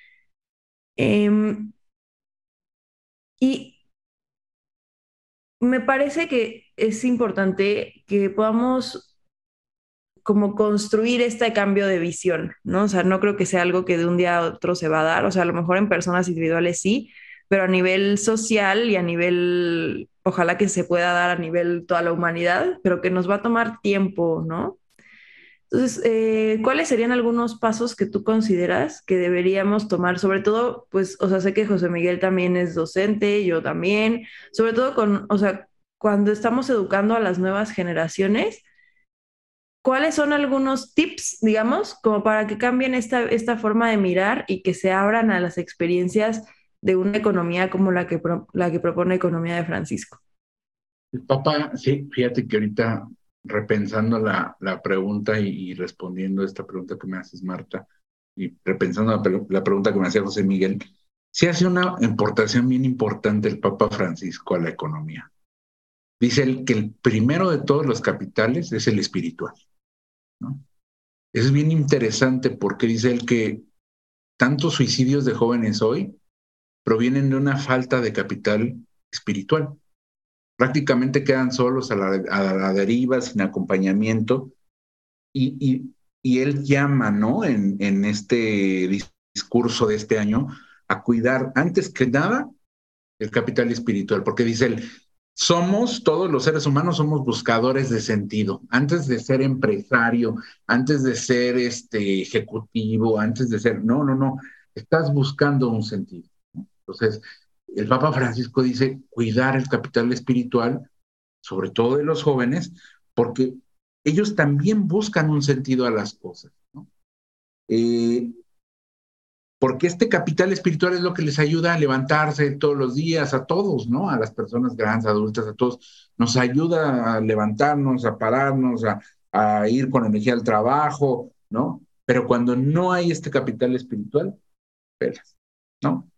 Em, y me parece que es importante que podamos como construir este cambio de visión, ¿no? O sea, no creo que sea algo que de un día a otro se va a dar, o sea, a lo mejor en personas individuales sí, pero a nivel social y a nivel, ojalá que se pueda dar a nivel toda la humanidad, pero que nos va a tomar tiempo, ¿no? Entonces, eh, ¿cuáles serían algunos pasos que tú consideras que deberíamos tomar? Sobre todo, pues, o sea, sé que José Miguel también es docente, yo también, sobre todo con, o sea, cuando estamos educando a las nuevas generaciones, ¿cuáles son algunos tips, digamos, como para que cambien esta, esta forma de mirar y que se abran a las experiencias de una economía como la que, pro- la que propone Economía de Francisco? El Papa, sí, fíjate que ahorita repensando la, la pregunta y, y respondiendo a esta pregunta que me haces, Marta, y repensando la, pre- la pregunta que me hacía José Miguel, sí hace una importación bien importante el Papa Francisco a la economía. Dice él que el primero de todos los capitales es el espiritual, ¿no? Eso es bien interesante porque dice él que tantos suicidios de jóvenes hoy provienen de una falta de capital espiritual. Prácticamente quedan solos a la, a la deriva, sin acompañamiento, y, y, y él llama, ¿no? En, en este discurso de este año a cuidar, antes que nada, el capital espiritual, porque dice él, somos, todos los seres humanos somos buscadores de sentido. Antes de ser empresario, antes de ser este ejecutivo, antes de ser, no, no, no, estás buscando un sentido, ¿no? Entonces, el Papa Francisco dice cuidar el capital espiritual, sobre todo de los jóvenes, porque ellos también buscan un sentido a las cosas, ¿no? Eh, porque este capital espiritual es lo que les ayuda a levantarse todos los días, a todos, ¿no? A las personas grandes, adultas, a todos. Nos ayuda a levantarnos, a pararnos, a, a ir con energía al trabajo, ¿no? Pero cuando no hay este capital espiritual, pelas, ¿no?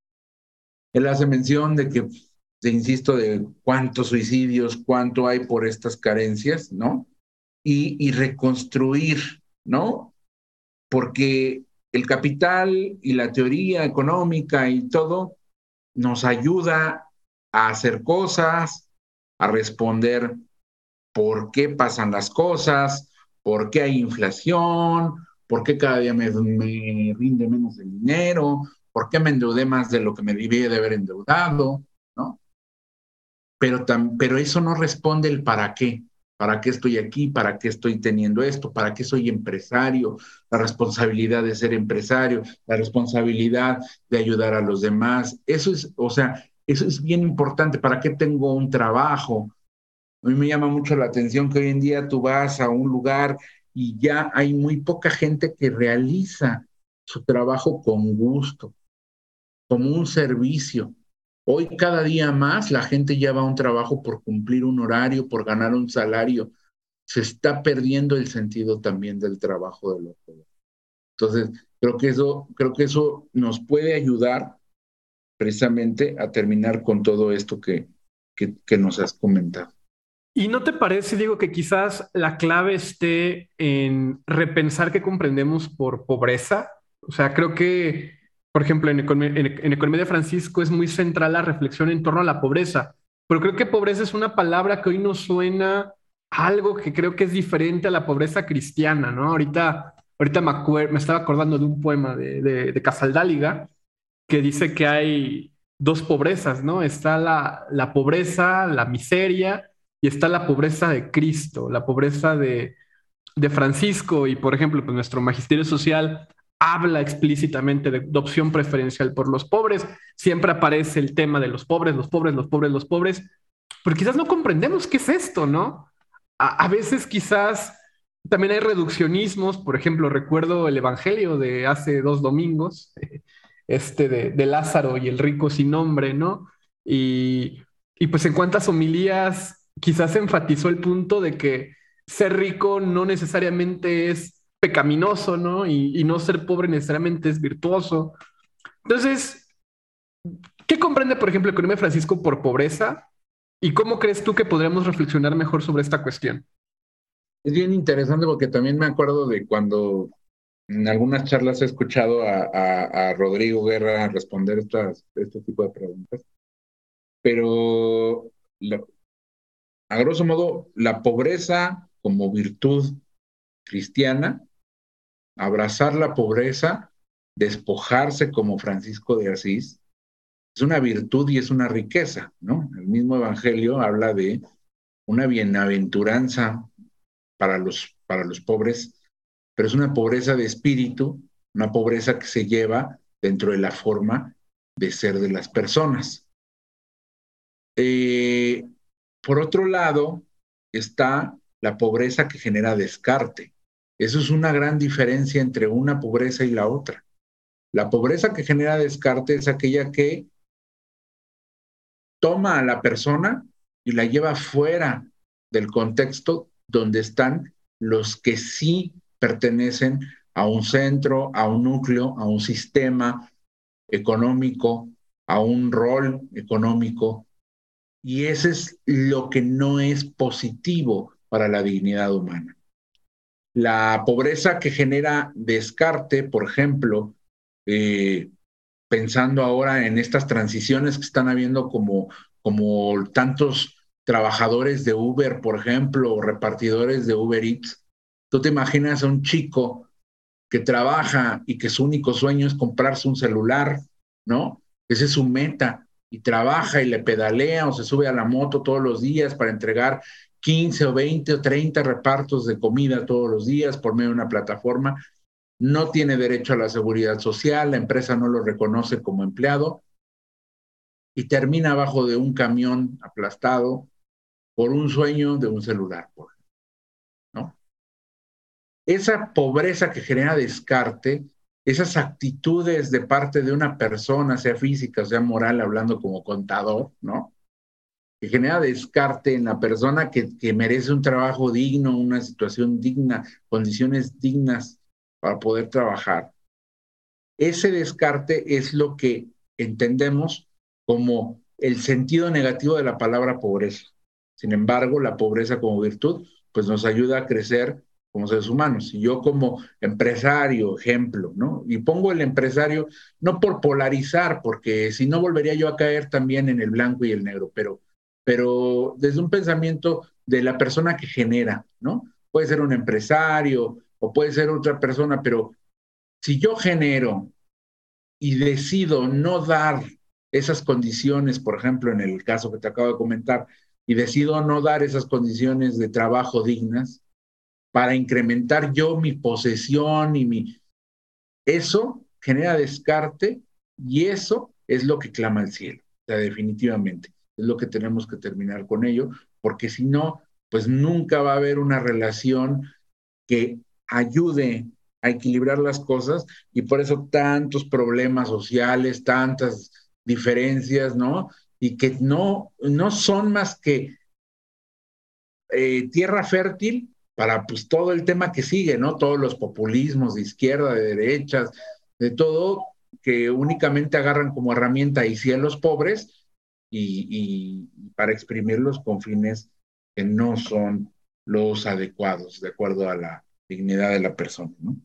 Él hace mención de que, te insisto, de cuántos suicidios, cuánto hay por estas carencias, ¿no? Y, y reconstruir, ¿no? Porque el capital y la teoría económica y todo nos ayuda a hacer cosas, a responder por qué pasan las cosas, por qué hay inflación, por qué cada día me, me rinde menos el dinero, por qué me endeudé más de lo que me debía de haber endeudado, ¿no? Pero, tam, pero eso no responde el para qué. ¿Para qué estoy aquí? ¿Para qué estoy teniendo esto? ¿Para qué soy empresario? La responsabilidad de ser empresario, la responsabilidad de ayudar a los demás. Eso es, o sea, eso es bien importante. ¿Para qué tengo un trabajo? A mí me llama mucho la atención que hoy en día tú vas a un lugar y ya hay muy poca gente que realiza su trabajo con gusto, como un servicio. Hoy cada día más la gente ya va a un trabajo por cumplir un horario, por ganar un salario. Se está perdiendo el sentido también del trabajo del otro. Entonces, Creo que eso, creo que eso nos puede ayudar precisamente a terminar con todo esto que, que, que nos has comentado. ¿Y no te parece, digo, que quizás la clave esté en repensar qué comprendemos por pobreza? O sea, creo que, por ejemplo, en, Econ- en, en Economía de Francisco es muy central la reflexión en torno a la pobreza, pero creo que pobreza es una palabra que hoy nos suena a algo que creo que es diferente a la pobreza cristiana, ¿no? Ahorita, ahorita me, acuer- me estaba acordando de un poema de, de, de Casaldáliga que dice que hay dos pobrezas, ¿no? Está la, la pobreza, la miseria, y está la pobreza de Cristo, la pobreza de, de Francisco. Y, por ejemplo, pues nuestro magisterio social habla explícitamente de, de opción preferencial por los pobres. Siempre aparece el tema de los pobres, los pobres, los pobres, los pobres, pero quizás no comprendemos qué es esto, ¿no? A, a veces quizás también hay reduccionismos. Por ejemplo, recuerdo el Evangelio de hace dos domingos, este de, de Lázaro y el rico sin nombre, ¿no? Y, y pues en cuantas homilías quizás se enfatizó el punto de que ser rico no necesariamente es pecaminoso, ¿no? Y, y no ser pobre necesariamente es virtuoso. Entonces, ¿qué comprende, por ejemplo, Economía de Francisco por pobreza? ¿Y cómo crees tú que podríamos reflexionar mejor sobre esta cuestión? Es bien interesante porque también me acuerdo de cuando en algunas charlas he escuchado a, a, a Rodrigo Guerra responder estas, este tipo de preguntas, pero lo, a grosso modo, la pobreza como virtud cristiana, abrazar la pobreza, despojarse como Francisco de Asís, es una virtud y es una riqueza, ¿no? El mismo Evangelio habla de una bienaventuranza para los, para los pobres, pero es una pobreza de espíritu, una pobreza que se lleva dentro de la forma de ser de las personas. Eh, por otro lado, está la pobreza que genera descarte. Eso es una gran diferencia entre una pobreza y la otra. La pobreza que genera descarte es aquella que toma a la persona y la lleva fuera del contexto donde están los que sí pertenecen a un centro, a un núcleo, a un sistema económico, a un rol económico. Y ese es lo que no es positivo para la dignidad humana. La pobreza que genera descarte, por ejemplo, eh, pensando ahora en estas transiciones que están habiendo como, como tantos trabajadores de Uber, por ejemplo, o repartidores de Uber Eats. Tú te imaginas a un chico que trabaja y que su único sueño es comprarse un celular, ¿no? Esa es su meta, y trabaja y le pedalea o se sube a la moto todos los días para entregar quince o veinte o treinta repartos de comida todos los días por medio de una plataforma. No tiene derecho a la seguridad social, la empresa no lo reconoce como empleado y termina abajo de un camión aplastado por un sueño de un celular, ¿no? Esa pobreza que genera descarte, esas actitudes de parte de una persona, sea física, sea moral, hablando como contador, ¿no? Que genera descarte en la persona que, que merece un trabajo digno, una situación digna, condiciones dignas para poder trabajar. Ese descarte es lo que entendemos como el sentido negativo de la palabra pobreza. Sin embargo, la pobreza como virtud, pues nos ayuda a crecer como seres humanos. Y yo como empresario, ejemplo, ¿no? Y pongo el empresario no por polarizar, porque si no volvería yo a caer también en el blanco y el negro, pero, pero desde un pensamiento de la persona que genera, ¿no? Puede ser un empresario o puede ser otra persona, pero si yo genero y decido no dar esas condiciones, por ejemplo, en el caso que te acabo de comentar, y decido no dar esas condiciones de trabajo dignas para incrementar yo mi posesión y mi... Eso genera descarte y eso es lo que clama el cielo, o sea, definitivamente. Es lo que tenemos que terminar con ello, porque si no, pues nunca va a haber una relación que ayude a equilibrar las cosas y por eso tantos problemas sociales, tantas diferencias, ¿no? Y que no, no son más que eh, tierra fértil para pues todo el tema que sigue, ¿no? Todos los populismos de izquierda, de derechas, de todo, que únicamente agarran como herramienta y sí a los pobres y, y para exprimirlos con fines que no son los adecuados, de acuerdo a la dignidad de la persona, ¿no?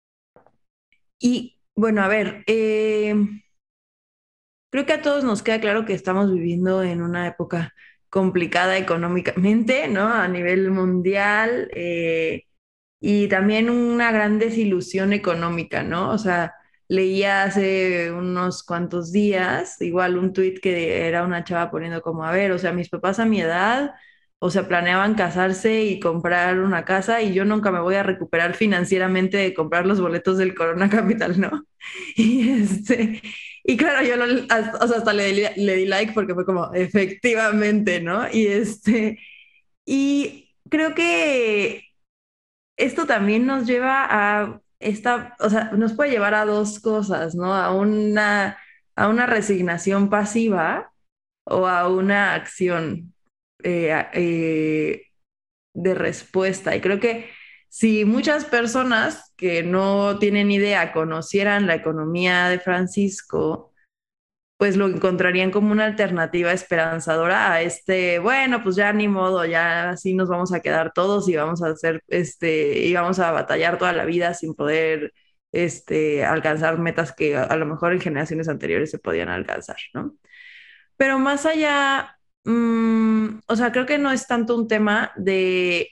Y bueno, a ver, eh, creo que a todos nos queda claro que estamos viviendo en una época complicada económicamente, ¿no? A nivel mundial, eh, y también una gran desilusión económica, ¿no? O sea, leía hace unos cuantos días, igual un tuit que era una chava poniendo como, a ver, o sea, mis papás a mi edad, o sea, planeaban casarse y comprar una casa y yo nunca me voy a recuperar financieramente de comprar los boletos del Corona Capital, ¿no? Y este, y claro, yo lo, hasta, o sea, hasta le, di- le di like porque fue como, efectivamente, ¿no? Y este, y creo que esto también nos lleva a esta, o sea, nos puede llevar a dos cosas, ¿no? A una, a una resignación pasiva o a una acción eh, a- eh, de respuesta. Y creo que si muchas personas que no tienen idea conocieran la economía de Francisco, pues lo encontrarían como una alternativa esperanzadora a este, bueno, pues ya ni modo, ya así nos vamos a quedar todos y vamos a hacer, este, y vamos a batallar toda la vida sin poder, este, alcanzar metas que a, a lo mejor en generaciones anteriores se podían alcanzar, ¿no? Pero más allá, mmm, o sea, creo que no es tanto un tema de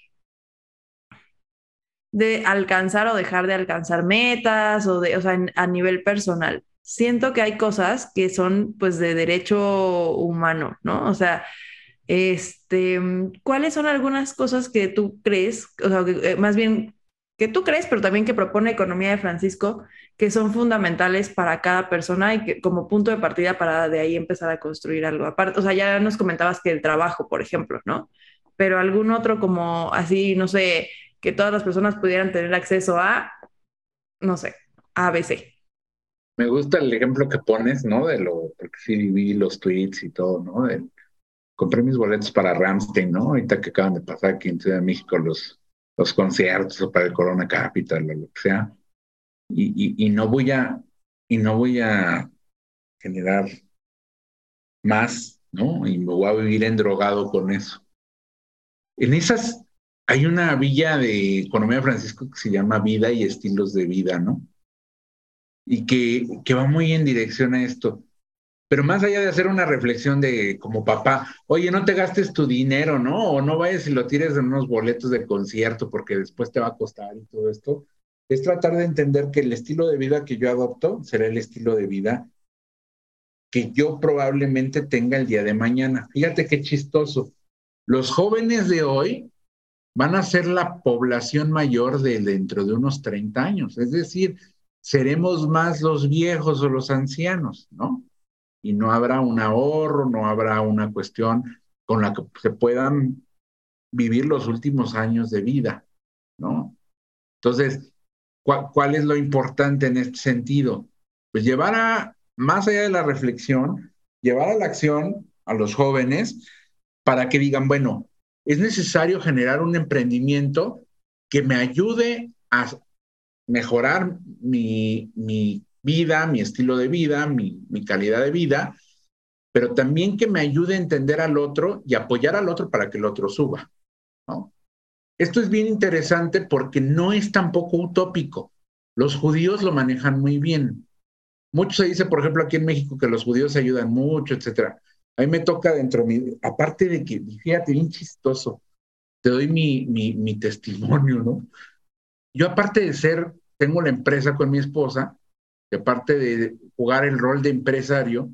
de alcanzar o dejar de alcanzar metas o de, o sea, en- a nivel personal. Siento que hay cosas que son pues de derecho humano, ¿no? O sea, este, ¿cuáles son algunas cosas que tú crees, o sea, que, eh, más bien que tú crees, pero también que propone Economía de Francisco, que son fundamentales para cada persona y que como punto de partida para de ahí empezar a construir algo aparte? O sea, ya nos comentabas que el trabajo, por ejemplo, ¿no? Pero algún otro como así, no sé, que todas las personas pudieran tener acceso a, no sé, A B C. Me gusta el ejemplo que pones, ¿no? De lo, porque sí vi los tweets y todo, ¿no? De, compré mis boletos para Ramstein, ¿no? Ahorita que acaban de pasar aquí en Ciudad de México los, los conciertos o para el Corona Capital o lo que sea. Y, y, y no voy a, y no voy a generar más, ¿no? Y me voy a vivir endrogado con eso. En esas hay una villa de Economía de Francisco que se llama Vida y Estilos de Vida, ¿no? Y que, que va muy en dirección a esto. Pero más allá de hacer una reflexión de como papá, oye, no te gastes tu dinero, ¿no? O no vayas y lo tires en unos boletos de concierto porque después te va a costar y todo esto, es tratar de entender que el estilo de vida que yo adopto será el estilo de vida que yo probablemente tenga el día de mañana. Fíjate qué chistoso. Los jóvenes de hoy van a ser la población mayor de dentro de unos treinta años, es decir, seremos más los viejos o los ancianos, ¿no? Y no habrá un ahorro, no habrá una cuestión con la que se puedan vivir los últimos años de vida, ¿no? Entonces, ¿cuál, cuál es lo importante en este sentido? Pues llevar a, más allá de la reflexión, llevar a la acción a los jóvenes para que digan, bueno, es necesario generar un emprendimiento que me ayude a mejorar mi, mi vida, mi estilo de vida, mi, mi calidad de vida, pero también que me ayude a entender al otro y apoyar al otro para que el otro suba, ¿no? Esto es bien interesante porque no es tampoco utópico. Los judíos lo manejan muy bien. Mucho se dice, por ejemplo, aquí en México que los judíos se ayudan mucho, etcétera. A mí me toca dentro de mi, aparte de que, fíjate, bien chistoso, te doy mi, mi, mi testimonio, ¿no? Yo aparte de ser, tengo la empresa con mi esposa, que aparte de jugar el rol de empresario,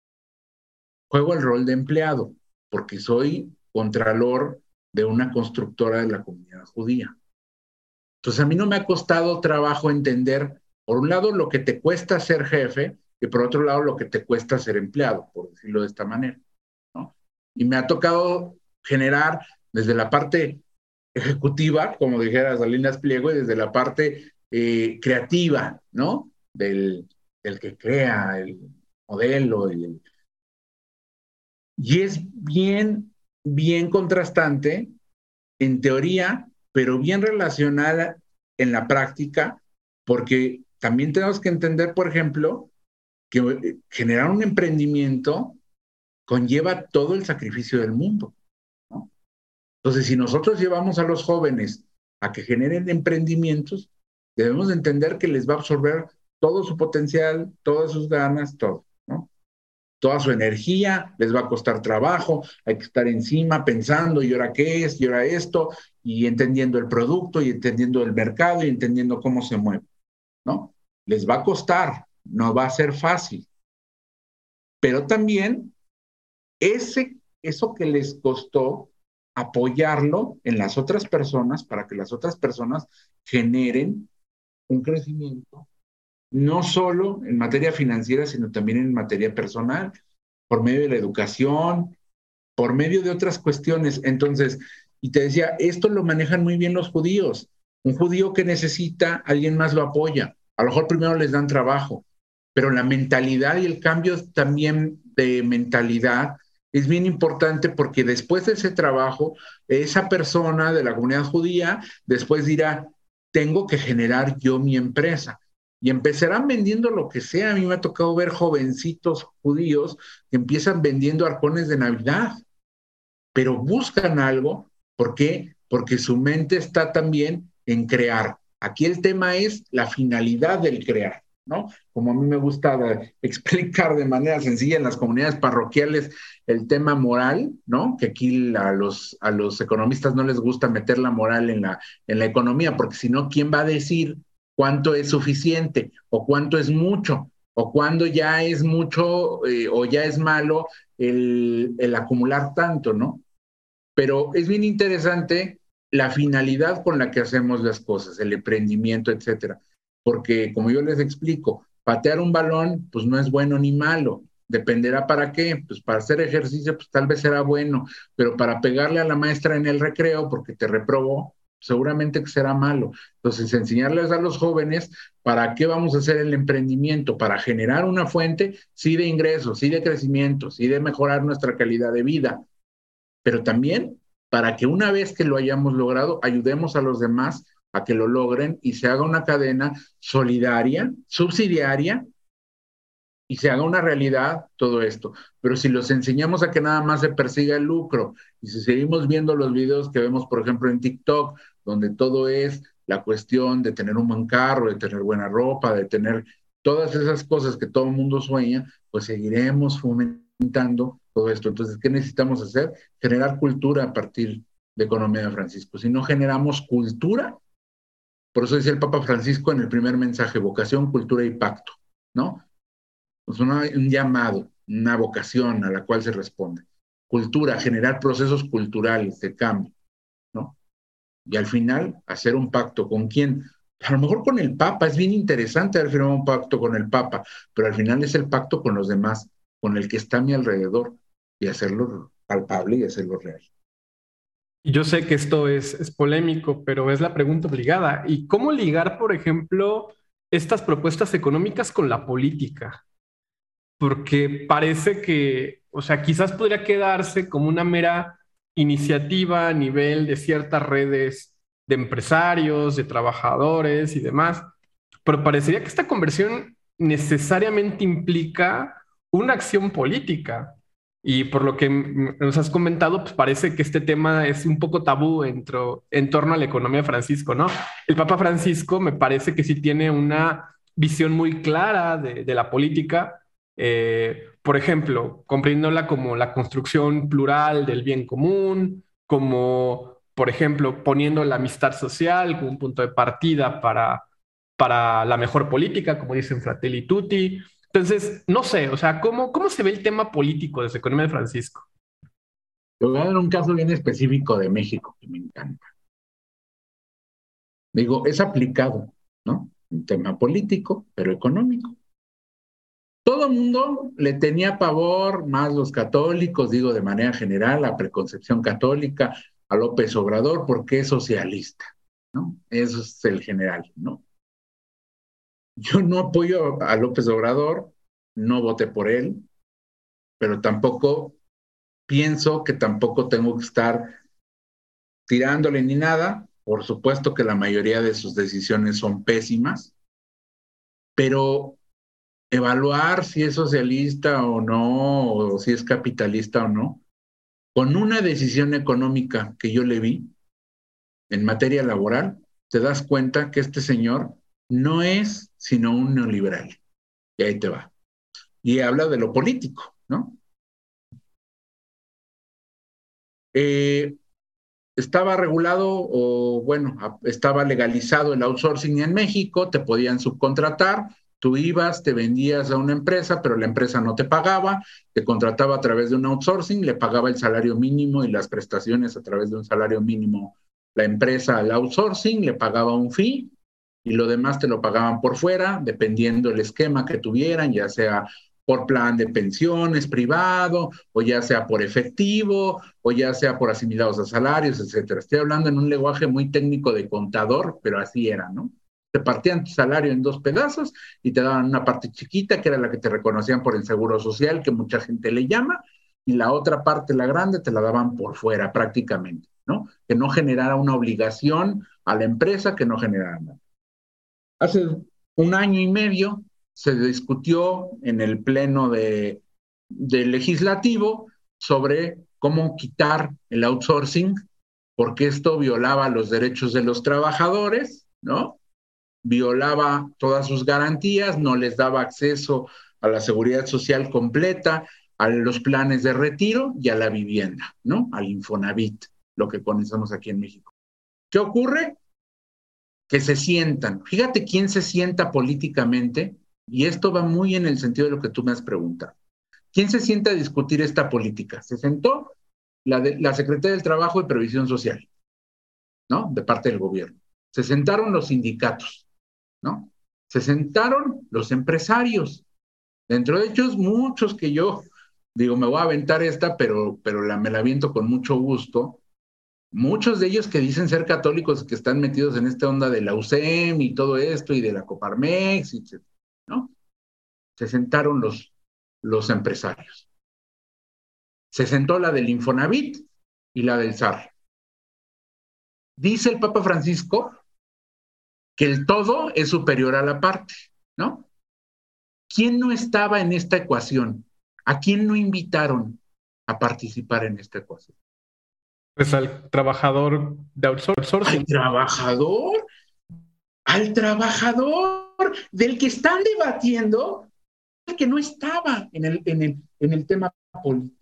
juego el rol de empleado, porque soy contralor de una constructora de la comunidad judía. Entonces a mí no me ha costado trabajo entender, por un lado, lo que te cuesta ser jefe y por otro lado, lo que te cuesta ser empleado, por decirlo de esta manera, ¿no? Y me ha tocado generar desde la parte ejecutiva, como dijera Salinas Pliego, y desde la parte eh, creativa, ¿no? Del, del que crea el modelo. El, y es bien, bien contrastante, en teoría, pero bien relacionada en la práctica, porque también tenemos que entender, por ejemplo, que generar un emprendimiento conlleva todo el sacrificio del mundo, ¿no? Entonces, si nosotros llevamos a los jóvenes a que generen emprendimientos, debemos entender que les va a absorber todo su potencial, todas sus ganas, todo, ¿no? Toda su energía, les va a costar trabajo, hay que estar encima pensando, ¿y ahora qué es? ¿Y ahora esto? Y entendiendo el producto, y entendiendo el mercado, y entendiendo cómo se mueve, ¿no? Les va a costar, no va a ser fácil. Pero también ese, eso que les costó, apoyarlo en las otras personas para que las otras personas generen un crecimiento, no solo en materia financiera, sino también en materia personal, por medio de la educación, por medio de otras cuestiones. Entonces, y te decía, esto lo manejan muy bien los judíos. Un judío que necesita, alguien más lo apoya. A lo mejor primero les dan trabajo, pero la mentalidad y el cambio también de mentalidad es bien importante, porque después de ese trabajo, esa persona de la comunidad judía después dirá, tengo que generar yo mi empresa. Y empezarán vendiendo lo que sea. A mí me ha tocado ver jovencitos judíos que empiezan vendiendo arcones de Navidad, pero buscan algo. ¿Por qué? Porque su mente está también en crear. Aquí el tema es la finalidad del crear, ¿no? Como a mí me gusta explicar de manera sencilla en las comunidades parroquiales el tema moral, ¿no? Que aquí a los, a los economistas no les gusta meter la moral en la, en la economía, porque si no, ¿quién va a decir cuánto es suficiente o cuánto es mucho o cuándo ya es mucho eh, o ya es malo el, el acumular tanto, ¿no? Pero es bien interesante la finalidad con la que hacemos las cosas, el emprendimiento, etcétera. Porque, como yo les explico, patear un balón, pues no es bueno ni malo. Dependerá para qué. Pues para hacer ejercicio, pues tal vez será bueno, pero para pegarle a la maestra en el recreo porque te reprobó, seguramente que será malo. Entonces, enseñarles a los jóvenes para qué vamos a hacer el emprendimiento, para generar una fuente, sí, de ingresos, sí, de crecimiento, sí, de mejorar nuestra calidad de vida, pero también para que una vez que lo hayamos logrado, ayudemos a los demás a que lo logren y se haga una cadena solidaria, subsidiaria, y se haga una realidad todo esto. Pero si los enseñamos a que nada más se persiga el lucro, y si seguimos viendo los videos que vemos, por ejemplo, en TikTok, donde todo es la cuestión de tener un buen carro, de tener buena ropa, de tener todas esas cosas que todo el mundo sueña, pues seguiremos fomentando todo esto. Entonces, ¿qué necesitamos hacer? Generar cultura a partir de Economía de Francisco. Si no generamos cultura, por eso decía el Papa Francisco en el primer mensaje, vocación, cultura y pacto, ¿no? Es una, un llamado, una vocación a la cual se responde. Cultura, generar procesos culturales de cambio, ¿no? Y al final, hacer un pacto. ¿Con quién? A lo mejor con el Papa. Es bien interesante haber firmado un pacto con el Papa, pero al final es el pacto con los demás, con el que está a mi alrededor, y hacerlo palpable y hacerlo real. Y yo sé que esto es, es polémico, pero es la pregunta obligada. ¿Y cómo ligar, por ejemplo, estas propuestas económicas con la política? Porque parece que, o sea, quizás podría quedarse como una mera iniciativa a nivel de ciertas redes de empresarios, de trabajadores y demás, pero parecería que esta conversión necesariamente implica una acción política. Y por lo que nos has comentado, pues parece que este tema es un poco tabú entro, en torno a la economía de Francisco, ¿no? El Papa Francisco me parece que sí tiene una visión muy clara de, de la política, eh, por ejemplo, comprendiéndola como la construcción plural del bien común, como, por ejemplo, poniendo la amistad social como un punto de partida para, para la mejor política, como dicen Fratelli Tutti. Entonces, no sé, o sea, ¿cómo, cómo se ve el tema político desde Economía de Francisco? Te voy a dar un caso bien específico de México que me encanta. Digo, es aplicado, ¿no? Un tema político, pero económico. Todo el mundo le tenía pavor, más los católicos, digo de manera general, la preconcepción católica, a López Obrador, porque es socialista, ¿no? Eso es el general, ¿no? Yo no apoyo a López Obrador, no voté por él, pero tampoco pienso que tampoco tengo que estar tirándole ni nada, Por supuesto que la mayoría de sus decisiones son pésimas, pero evaluar si es socialista o no, o si es capitalista o no, con una decisión económica que yo le vi en materia laboral, te das cuenta que este señor no es sino un neoliberal. Y ahí te va. Y habla de lo político, ¿no? Eh, estaba regulado o, bueno, estaba legalizado el outsourcing en México, te podían subcontratar, tú ibas, te vendías a una empresa, pero la empresa no te pagaba, te contrataba a través de un outsourcing, le pagaba el salario mínimo y las prestaciones a través de un salario mínimo la empresa al outsourcing, le pagaba un fee y lo demás te lo pagaban por fuera, dependiendo el esquema que tuvieran, ya sea por plan de pensiones privado, o ya sea por efectivo, o ya sea por asimilados a salarios, etcétera. Estoy hablando en un lenguaje muy técnico de contador, pero así era, ¿no? Te partían tu salario en dos pedazos y te daban una parte chiquita, que era la que te reconocían por el seguro social, que mucha gente le llama, y la otra parte, la grande, te la daban por fuera prácticamente, ¿no? Que no generara una obligación a la empresa, que no generara nada. Hace un año y medio se discutió en el pleno de, del legislativo sobre cómo quitar el outsourcing, porque esto violaba los derechos de los trabajadores, ¿no? Violaba todas sus garantías, no les daba acceso a la seguridad social completa, a los planes de retiro y a la vivienda, ¿no? Al Infonavit, lo que conocemos aquí en México. ¿Qué ocurre? Que se sientan. Fíjate quién se sienta políticamente, y esto va muy en el sentido de lo que tú me has preguntado. ¿Quién se sienta a discutir esta política? Se sentó la, de, la Secretaría del Trabajo y Previsión Social, ¿no? De parte del gobierno. Se sentaron los sindicatos, ¿no? Se sentaron los empresarios. Dentro de ellos, muchos que yo, digo, me voy a aventar esta, pero, pero la, me la aviento con mucho gusto. Muchos de ellos que dicen ser católicos, que están metidos en esta onda de la U C E M y todo esto, y de la Coparmex, etcétera, ¿no? Se sentaron los, los empresarios. Se sentó la del Infonavit y la del S A R. Dice el Papa Francisco que el todo es superior a la parte, ¿no? ¿Quién no estaba en esta ecuación? ¿A quién no invitaron a participar en esta ecuación? Pues al trabajador de outsourcing. Al trabajador, al trabajador del que están debatiendo, el que no estaba en el, en el, en el tema político.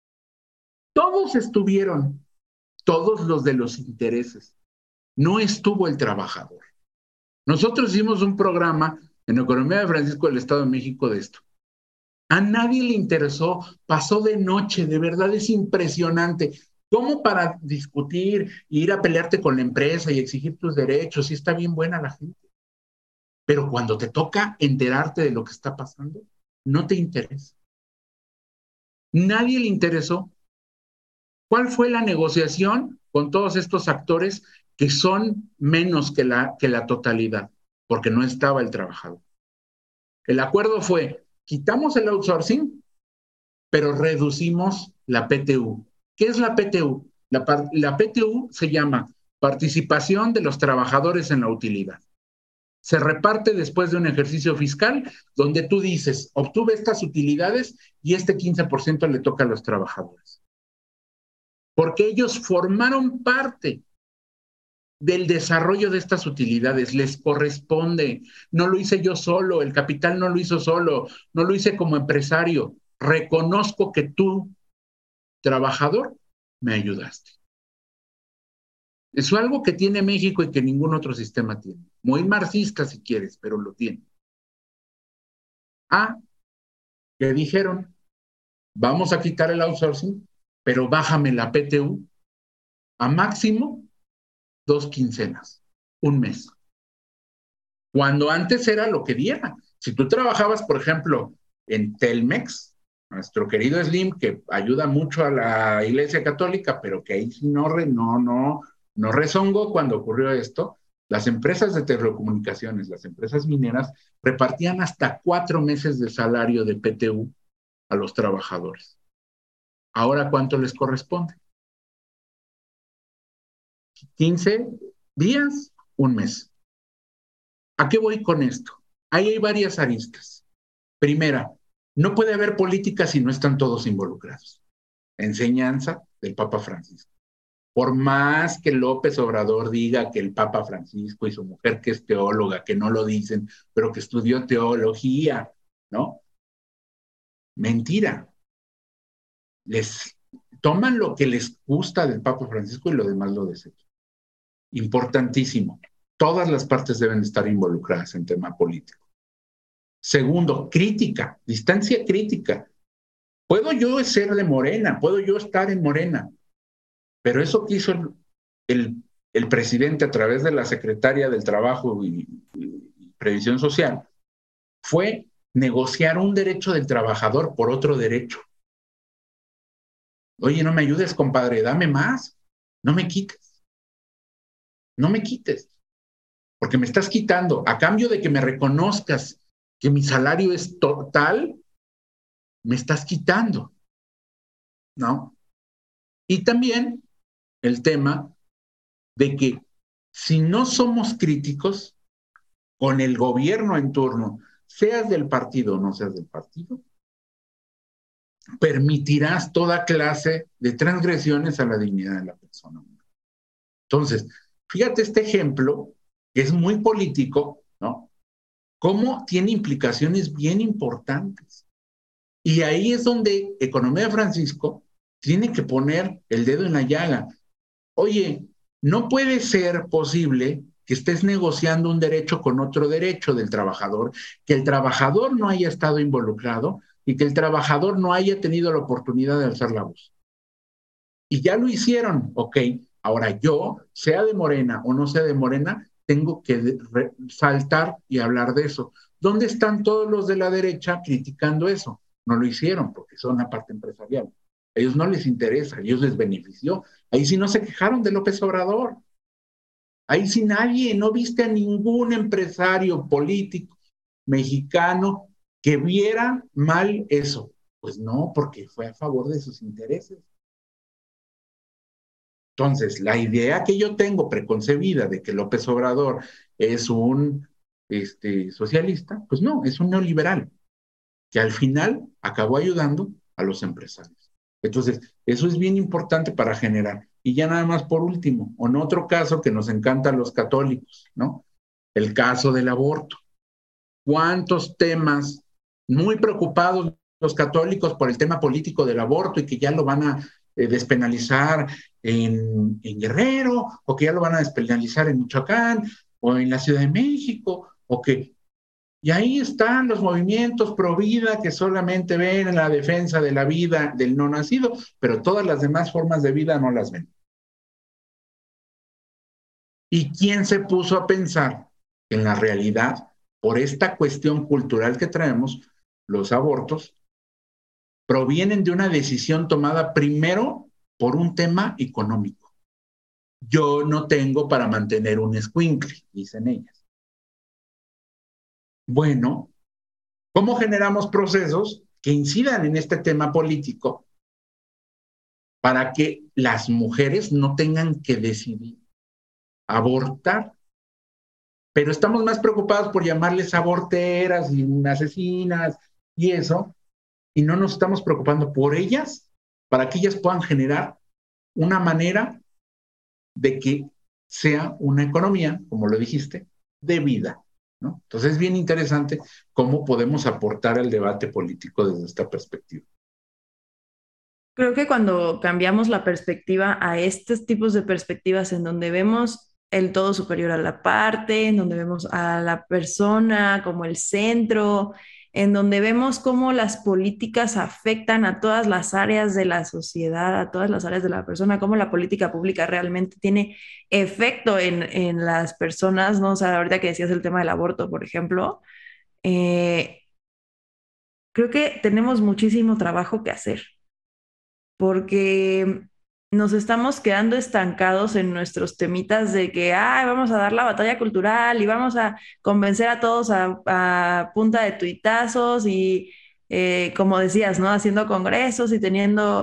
Todos estuvieron, todos los de los intereses. No estuvo el trabajador. Nosotros hicimos un programa en Economía de Francisco del Estado de México de esto. A nadie le interesó, pasó de noche, de verdad es impresionante. ¿Cómo para discutir, ir a pelearte con la empresa y exigir tus derechos? Sí está bien buena la gente. Pero cuando te toca enterarte de lo que está pasando, no te interesa. Nadie le interesó. ¿Cuál fue la negociación con todos estos actores que son menos que la, que la totalidad? Porque no estaba el trabajador. El acuerdo fue, quitamos el outsourcing, pero reducimos la P T U. ¿Qué es la P T U? La, la P T U se llama participación de los trabajadores en la utilidad. Se reparte después de un ejercicio fiscal donde tú dices, obtuve estas utilidades y este quince por ciento le toca a los trabajadores. Porque ellos formaron parte del desarrollo de estas utilidades, les corresponde. No lo hice yo solo, el capital no lo hizo solo, no lo hice como empresario. Reconozco que tú, trabajador, me ayudaste. Es algo que tiene México y que ningún otro sistema tiene. Muy marxista si quieres, pero lo tiene. Ah, que dijeron, vamos a quitar el outsourcing, pero bájame la P T U a máximo dos quincenas, un mes. Cuando antes era lo que diera. Si tú trabajabas, por ejemplo, en Telmex, nuestro querido Slim, que ayuda mucho a la Iglesia Católica, pero que ahí no, no, no, no rezongó cuando ocurrió esto, las empresas de telecomunicaciones, las empresas mineras, repartían hasta cuatro meses de salario de P T U a los trabajadores. Ahora, ¿cuánto les corresponde? quince, días, un mes. ¿A qué voy con esto? Ahí hay varias aristas. Primera, no puede haber política si no están todos involucrados. Enseñanza del Papa Francisco. Por más que López Obrador diga que el Papa Francisco y su mujer, que es teóloga, que no lo dicen, pero que estudió teología, ¿no? Mentira. Les toman lo que les gusta del Papa Francisco y lo demás lo desechan. Importantísimo. Todas las partes deben estar involucradas en tema político. Segundo, crítica, distancia crítica. Puedo yo ser de Morena, puedo yo estar en Morena, pero eso que hizo el, el, el presidente a través de la secretaria del Trabajo y, y Previsión Social fue negociar un derecho del trabajador por otro derecho. Oye, no me ayudes, compadre, dame más, no me quites, no me quites, porque me estás quitando, a cambio de que me reconozcas que mi salario es total, me estás quitando, ¿no? Y también el tema de que si no somos críticos con el gobierno en turno, seas del partido o no seas del partido, permitirás toda clase de transgresiones a la dignidad de la persona. Entonces, fíjate este ejemplo, que es muy político, ¿no? Cómo tiene implicaciones bien importantes. Y ahí es donde Economía de Francisco tiene que poner el dedo en la llaga. Oye, no puede ser posible que estés negociando un derecho con otro derecho del trabajador, que el trabajador no haya estado involucrado y que el trabajador no haya tenido la oportunidad de alzar la voz. Y ya lo hicieron, ok. Ahora yo, sea de Morena o no sea de Morena, tengo que saltar y hablar de eso. ¿Dónde están todos los de la derecha criticando eso? No lo hicieron porque son una parte empresarial. A ellos no les interesa, a ellos les benefició. Ahí sí no se quejaron de López Obrador. Ahí sí nadie, no viste a ningún empresario político mexicano que viera mal eso. Pues no, porque fue a favor de sus intereses. Entonces, la idea que yo tengo preconcebida de que López Obrador es un este, socialista, pues no, es un neoliberal, que al final acabó ayudando a los empresarios. Entonces, eso es bien importante para generar. Y ya nada más por último, en otro caso que nos encantan los católicos, ¿no? El caso del aborto. ¿Cuántos temas muy preocupados los católicos por el tema político del aborto y que ya lo van a eh, despenalizar en, en Guerrero, o que ya lo van a despenalizar en Michoacán, o en la Ciudad de México, o que... Y ahí están los movimientos pro vida que solamente ven la defensa de la vida del no nacido, pero todas las demás formas de vida no las ven. ¿Y quién se puso a pensar que en la realidad, por esta cuestión cultural que traemos, los abortos provienen de una decisión tomada primero por un tema económico? Yo no tengo para mantener un escuincle, dicen ellas. Bueno, ¿cómo generamos procesos que incidan en este tema político para que las mujeres no tengan que decidir abortar? Pero estamos más preocupados por llamarles aborteras y asesinas y eso, y no nos estamos preocupando por ellas para que ellas puedan generar una manera de que sea una economía, como lo dijiste, de vida, ¿no? Entonces es bien interesante cómo podemos aportar al debate político desde esta perspectiva. Creo que cuando cambiamos la perspectiva a estos tipos de perspectivas en donde vemos el todo superior a la parte, en donde vemos a la persona como el centro, en donde vemos cómo las políticas afectan a todas las áreas de la sociedad, a todas las áreas de la persona, cómo la política pública realmente tiene efecto en, en las personas, ¿no? O sea, ahorita que decías el tema del aborto, por ejemplo, eh, creo que tenemos muchísimo trabajo que hacer, porque nos estamos quedando estancados en nuestros temitas de que, ay, vamos a dar la batalla cultural y vamos a convencer a todos a, a punta de tuitazos y, eh, como decías, ¿no? Haciendo congresos y teniendo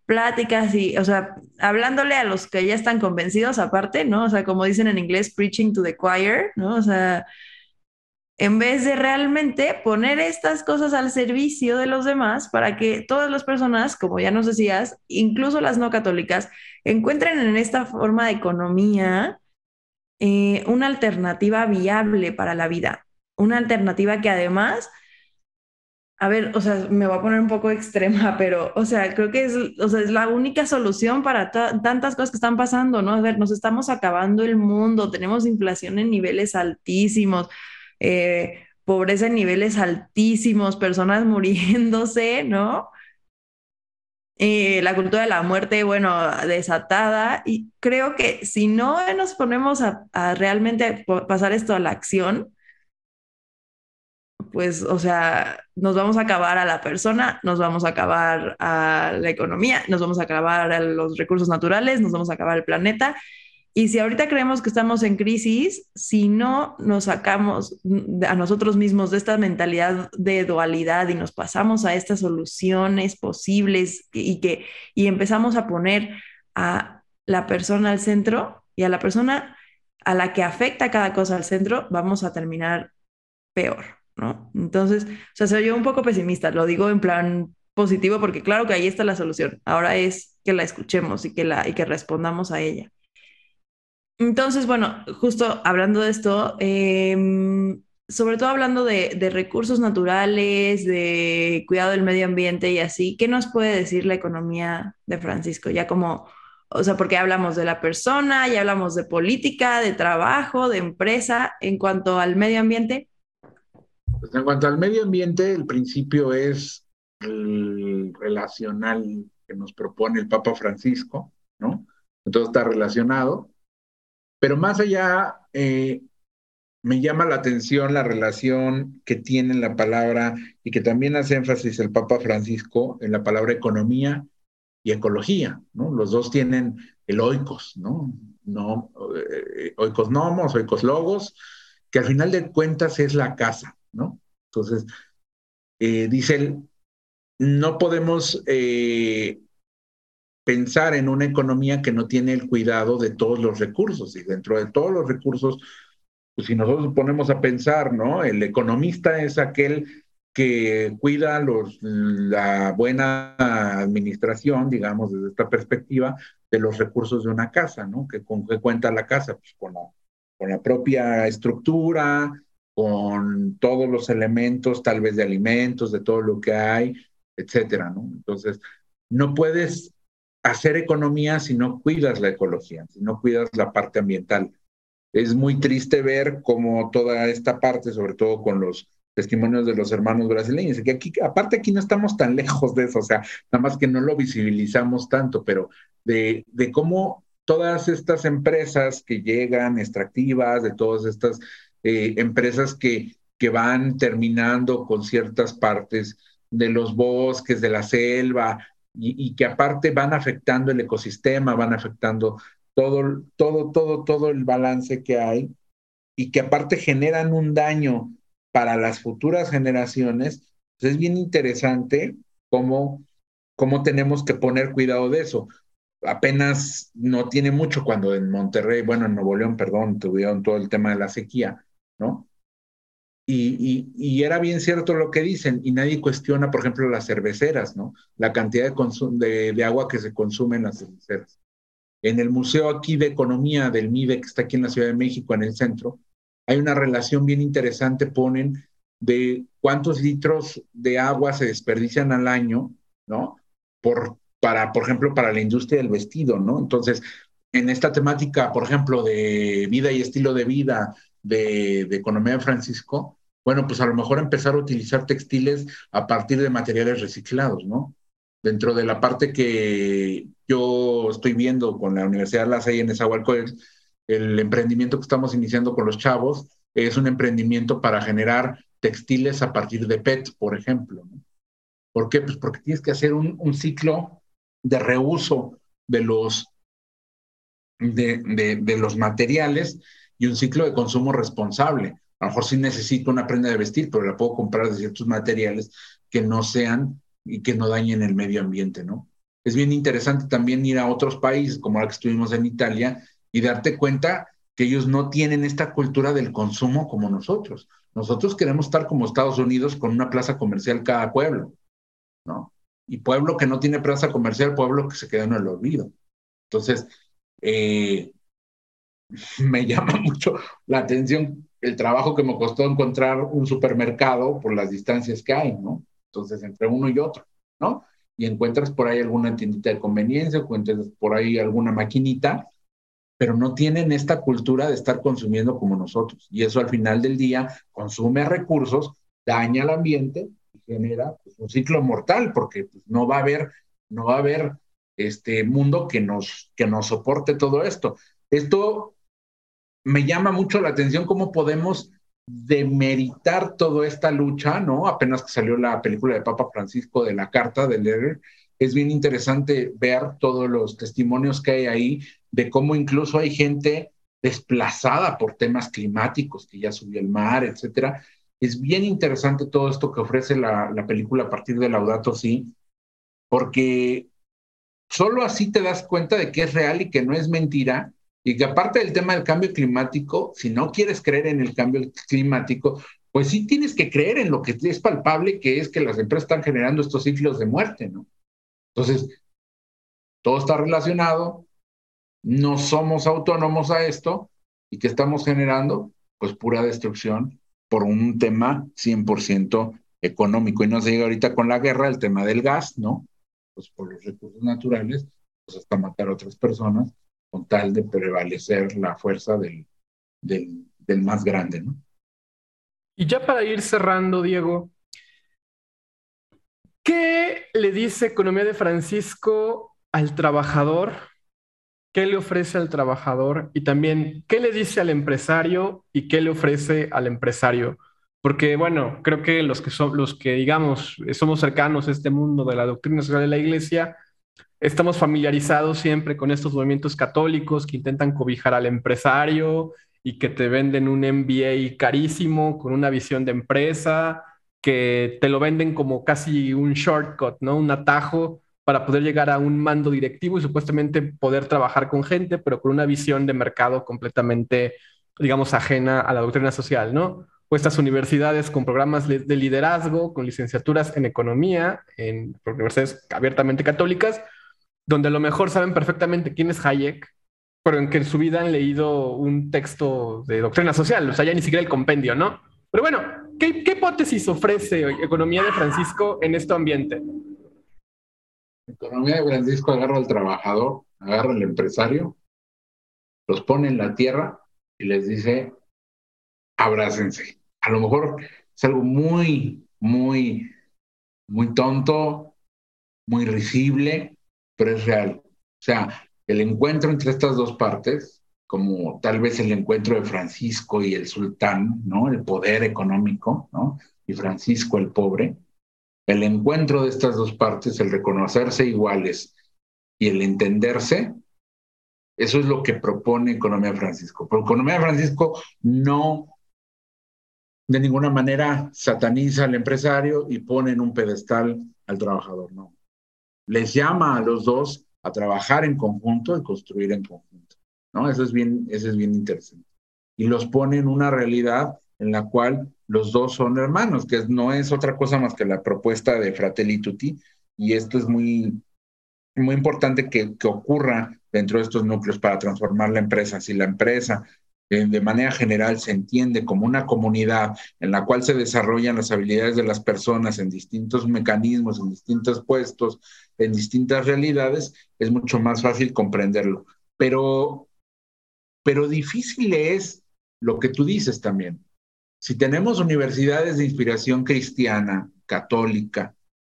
pláticas y, o sea, hablándole a los que ya están convencidos aparte, ¿no? O sea, como dicen en inglés, preaching to the choir, ¿no? O sea, en vez de realmente poner estas cosas al servicio de los demás para que todas las personas, como ya nos decías, incluso las no católicas, encuentren en esta forma de economía eh, una alternativa viable para la vida, una alternativa que además, a ver, o sea, me voy a poner un poco extrema, pero, o sea, creo que es, o sea, es la única solución para ta- tantas cosas que están pasando, ¿no? A ver, nos estamos acabando el mundo, tenemos inflación en niveles altísimos, eh, pobreza en niveles altísimos, personas muriéndose, ¿no? Eh, la cultura de la muerte, bueno, desatada, y creo que si no nos ponemos a, a realmente po- pasar esto a la acción, pues, o sea, nos vamos a acabar a la persona, nos vamos a acabar a la economía, nos vamos a acabar a los recursos naturales, nos vamos a acabar el planeta. Y si ahorita creemos que estamos en crisis, si no nos sacamos a nosotros mismos de esta mentalidad de dualidad y nos pasamos a estas soluciones posibles y que y empezamos a poner a la persona al centro y a la persona a la que afecta cada cosa al centro, vamos a terminar peor, ¿no? Entonces, o sea, soy yo un poco pesimista, lo digo en plan positivo porque claro que ahí está la solución. Ahora es que la escuchemos y que la y que respondamos a ella. Entonces, bueno, justo hablando de esto, em, sobre todo hablando de, de recursos naturales, de cuidado del medio ambiente y así, ¿qué nos puede decir la economía de Francisco? Ya como, o sea, porque hablamos de la persona, ya hablamos de política, de trabajo, de empresa, en cuanto al medio ambiente. Pues en cuanto al medio ambiente, el principio es el relacional que nos propone el Papa Francisco, ¿no? Entonces está relacionado, pero más allá, eh, me llama la atención la relación que tiene la palabra y que también hace énfasis el Papa Francisco en la palabra economía y ecología, ¿no? Los dos tienen el oikos, ¿no? No, eh, oikos nomos, oikos logos, que al final de cuentas es la casa, ¿no? Entonces, eh, dice él, no podemos eh, pensar en una economía que no tiene el cuidado de todos los recursos, y dentro de todos los recursos, pues si nosotros nos ponemos a pensar, ¿no? El economista es aquel que cuida los, la buena administración, digamos, desde esta perspectiva, de los recursos de una casa, ¿no? Que ¿con qué cuenta la casa? Pues con la, con la propia estructura, con todos los elementos, tal vez de alimentos, de todo lo que hay, etcétera, ¿no? Entonces, no puedes hacer economía si no cuidas la ecología, si no cuidas la parte ambiental. Es muy triste ver cómo toda esta parte, sobre todo con los testimonios de los hermanos brasileños, que aquí, aparte aquí no estamos tan lejos de eso, o sea, nada más que no lo visibilizamos tanto, pero de, de cómo todas estas empresas que llegan, extractivas, de todas estas eh, empresas que, que van terminando con ciertas partes de los bosques, de la selva, y, y que aparte van afectando el ecosistema, van afectando todo, todo, todo, todo el balance que hay, y que aparte generan un daño para las futuras generaciones. Pues es bien interesante cómo, cómo tenemos que poner cuidado de eso. Apenas no tiene mucho cuando en Monterrey, bueno, en Nuevo León, perdón, tuvieron todo el tema de la sequía, ¿no? Y, y, y era bien cierto lo que dicen, y nadie cuestiona, por ejemplo, las cerveceras, ¿no? La cantidad de, consum- de, de agua que se consume en las cerveceras. En el Museo aquí de Economía del M I D E, que está aquí en la Ciudad de México, en el centro, hay una relación bien interesante, ponen de cuántos litros de agua se desperdician al año, ¿no? Por, para, por ejemplo, para la industria del vestido, ¿no? Entonces, en esta temática, por ejemplo, de vida y estilo de vida, de, de Economía de Francisco, bueno, pues a lo mejor empezar a utilizar textiles a partir de materiales reciclados, ¿no? Dentro de la parte que yo estoy viendo con la Universidad de La Salle en Nezahualcóyotl, el emprendimiento que estamos iniciando con los chavos es un emprendimiento para generar textiles a partir de P E T, por ejemplo, ¿no? ¿Por qué? Pues porque tienes que hacer un, un ciclo de reuso de los, de, de, de los materiales y un ciclo de consumo responsable. A lo mejor sí necesito una prenda de vestir, pero la puedo comprar de ciertos materiales que no sean y que no dañen el medio ambiente, ¿no? es bien interesante también ir a otros países, como ahora que estuvimos en Italia, y darte cuenta que ellos no tienen esta cultura del consumo como nosotros. Nosotros queremos estar como Estados Unidos con una plaza comercial cada pueblo, ¿no? Y pueblo que no tiene plaza comercial, pueblo que se queda en el olvido. Entonces, eh, me llama mucho la atención el trabajo que me costó encontrar un supermercado por las distancias que hay, ¿no? Entonces, entre uno y otro, ¿no? Y encuentras por ahí alguna tiendita de conveniencia, encuentras por ahí alguna maquinita, pero no tienen esta cultura de estar consumiendo como nosotros. Y eso al final del día consume recursos, daña al ambiente y genera pues, un ciclo mortal, porque pues, no va a haber, no va a haber este mundo que nos, que nos soporte todo esto. Esto me llama mucho la atención cómo podemos demeritar toda esta lucha, ¿no? Apenas que salió la película de Papa Francisco de la Carta de Letter, es bien interesante ver todos los testimonios que hay ahí de cómo incluso hay gente desplazada por temas climáticos, que ya subió el mar, etcétera. Es bien interesante todo esto que ofrece la, la película a partir de Laudato Si, porque solo así te das cuenta de que es real y que no es mentira, y que aparte del tema del cambio climático, si no quieres creer en el cambio climático, pues sí tienes que creer en lo que es palpable, que es que las empresas están generando estos ciclos de muerte, ¿no? Entonces, todo está relacionado, no somos autónomos a esto, y que estamos generando, pues pura destrucción por un tema cien por ciento económico. Y no se llega ahorita con la guerra, el tema del gas, ¿no? Pues por los recursos naturales, pues hasta matar a otras personas, con tal de prevalecer la fuerza del, del, del más grande, ¿no? Y ya para ir cerrando, Diego, ¿qué le dice Economía de Francisco al trabajador? ¿Qué le ofrece al trabajador? Y también, ¿qué le dice al empresario y qué le ofrece al empresario? Porque, bueno, creo que los que, son, los que digamos, somos cercanos a este mundo de la doctrina social de la Iglesia, estamos familiarizados siempre con estos movimientos católicos que intentan cobijar al empresario y que te venden un M B A carísimo con una visión de empresa, que te lo venden como casi un shortcut, ¿no? Un atajo para poder llegar a un mando directivo y supuestamente poder trabajar con gente, pero con una visión de mercado completamente, digamos, ajena a la doctrina social, ¿no? O estas universidades con programas de liderazgo, con licenciaturas en economía, en universidades abiertamente católicas, donde a lo mejor saben perfectamente quién es Hayek, pero en que en su vida han leído un texto de doctrina social, o sea, ya ni siquiera el compendio, ¿no? Pero bueno, ¿qué, qué hipótesis ofrece Economía de Francisco en este ambiente? Economía de Francisco agarra al trabajador, agarra al empresario, los pone en la tierra y les dice, abrácense. A lo mejor es algo muy, muy, muy tonto, muy risible, pero es real. O sea, el encuentro entre estas dos partes, como tal vez el encuentro de Francisco y el sultán, ¿no? El poder económico, ¿no? Y Francisco el pobre, el encuentro de estas dos partes, el reconocerse iguales y el entenderse, eso es lo que propone Economía de Francisco. Pero Economía de Francisco no de ninguna manera sataniza al empresario y pone en un pedestal al trabajador, no. Les llama a los dos a trabajar en conjunto y construir en conjunto, ¿no? Eso es bien, eso es bien interesante. Y los pone en una realidad en la cual los dos son hermanos, que no es otra cosa más que la propuesta de Fratelli Tutti, y esto es muy, muy importante que, que ocurra dentro de estos núcleos para transformar la empresa. Si la empresa eh, de manera general se entiende como una comunidad en la cual se desarrollan las habilidades de las personas en distintos mecanismos, en distintos puestos, en distintas realidades, es mucho más fácil comprenderlo. Pero, pero difícil es lo que tú dices también. Si tenemos universidades de inspiración cristiana, católica,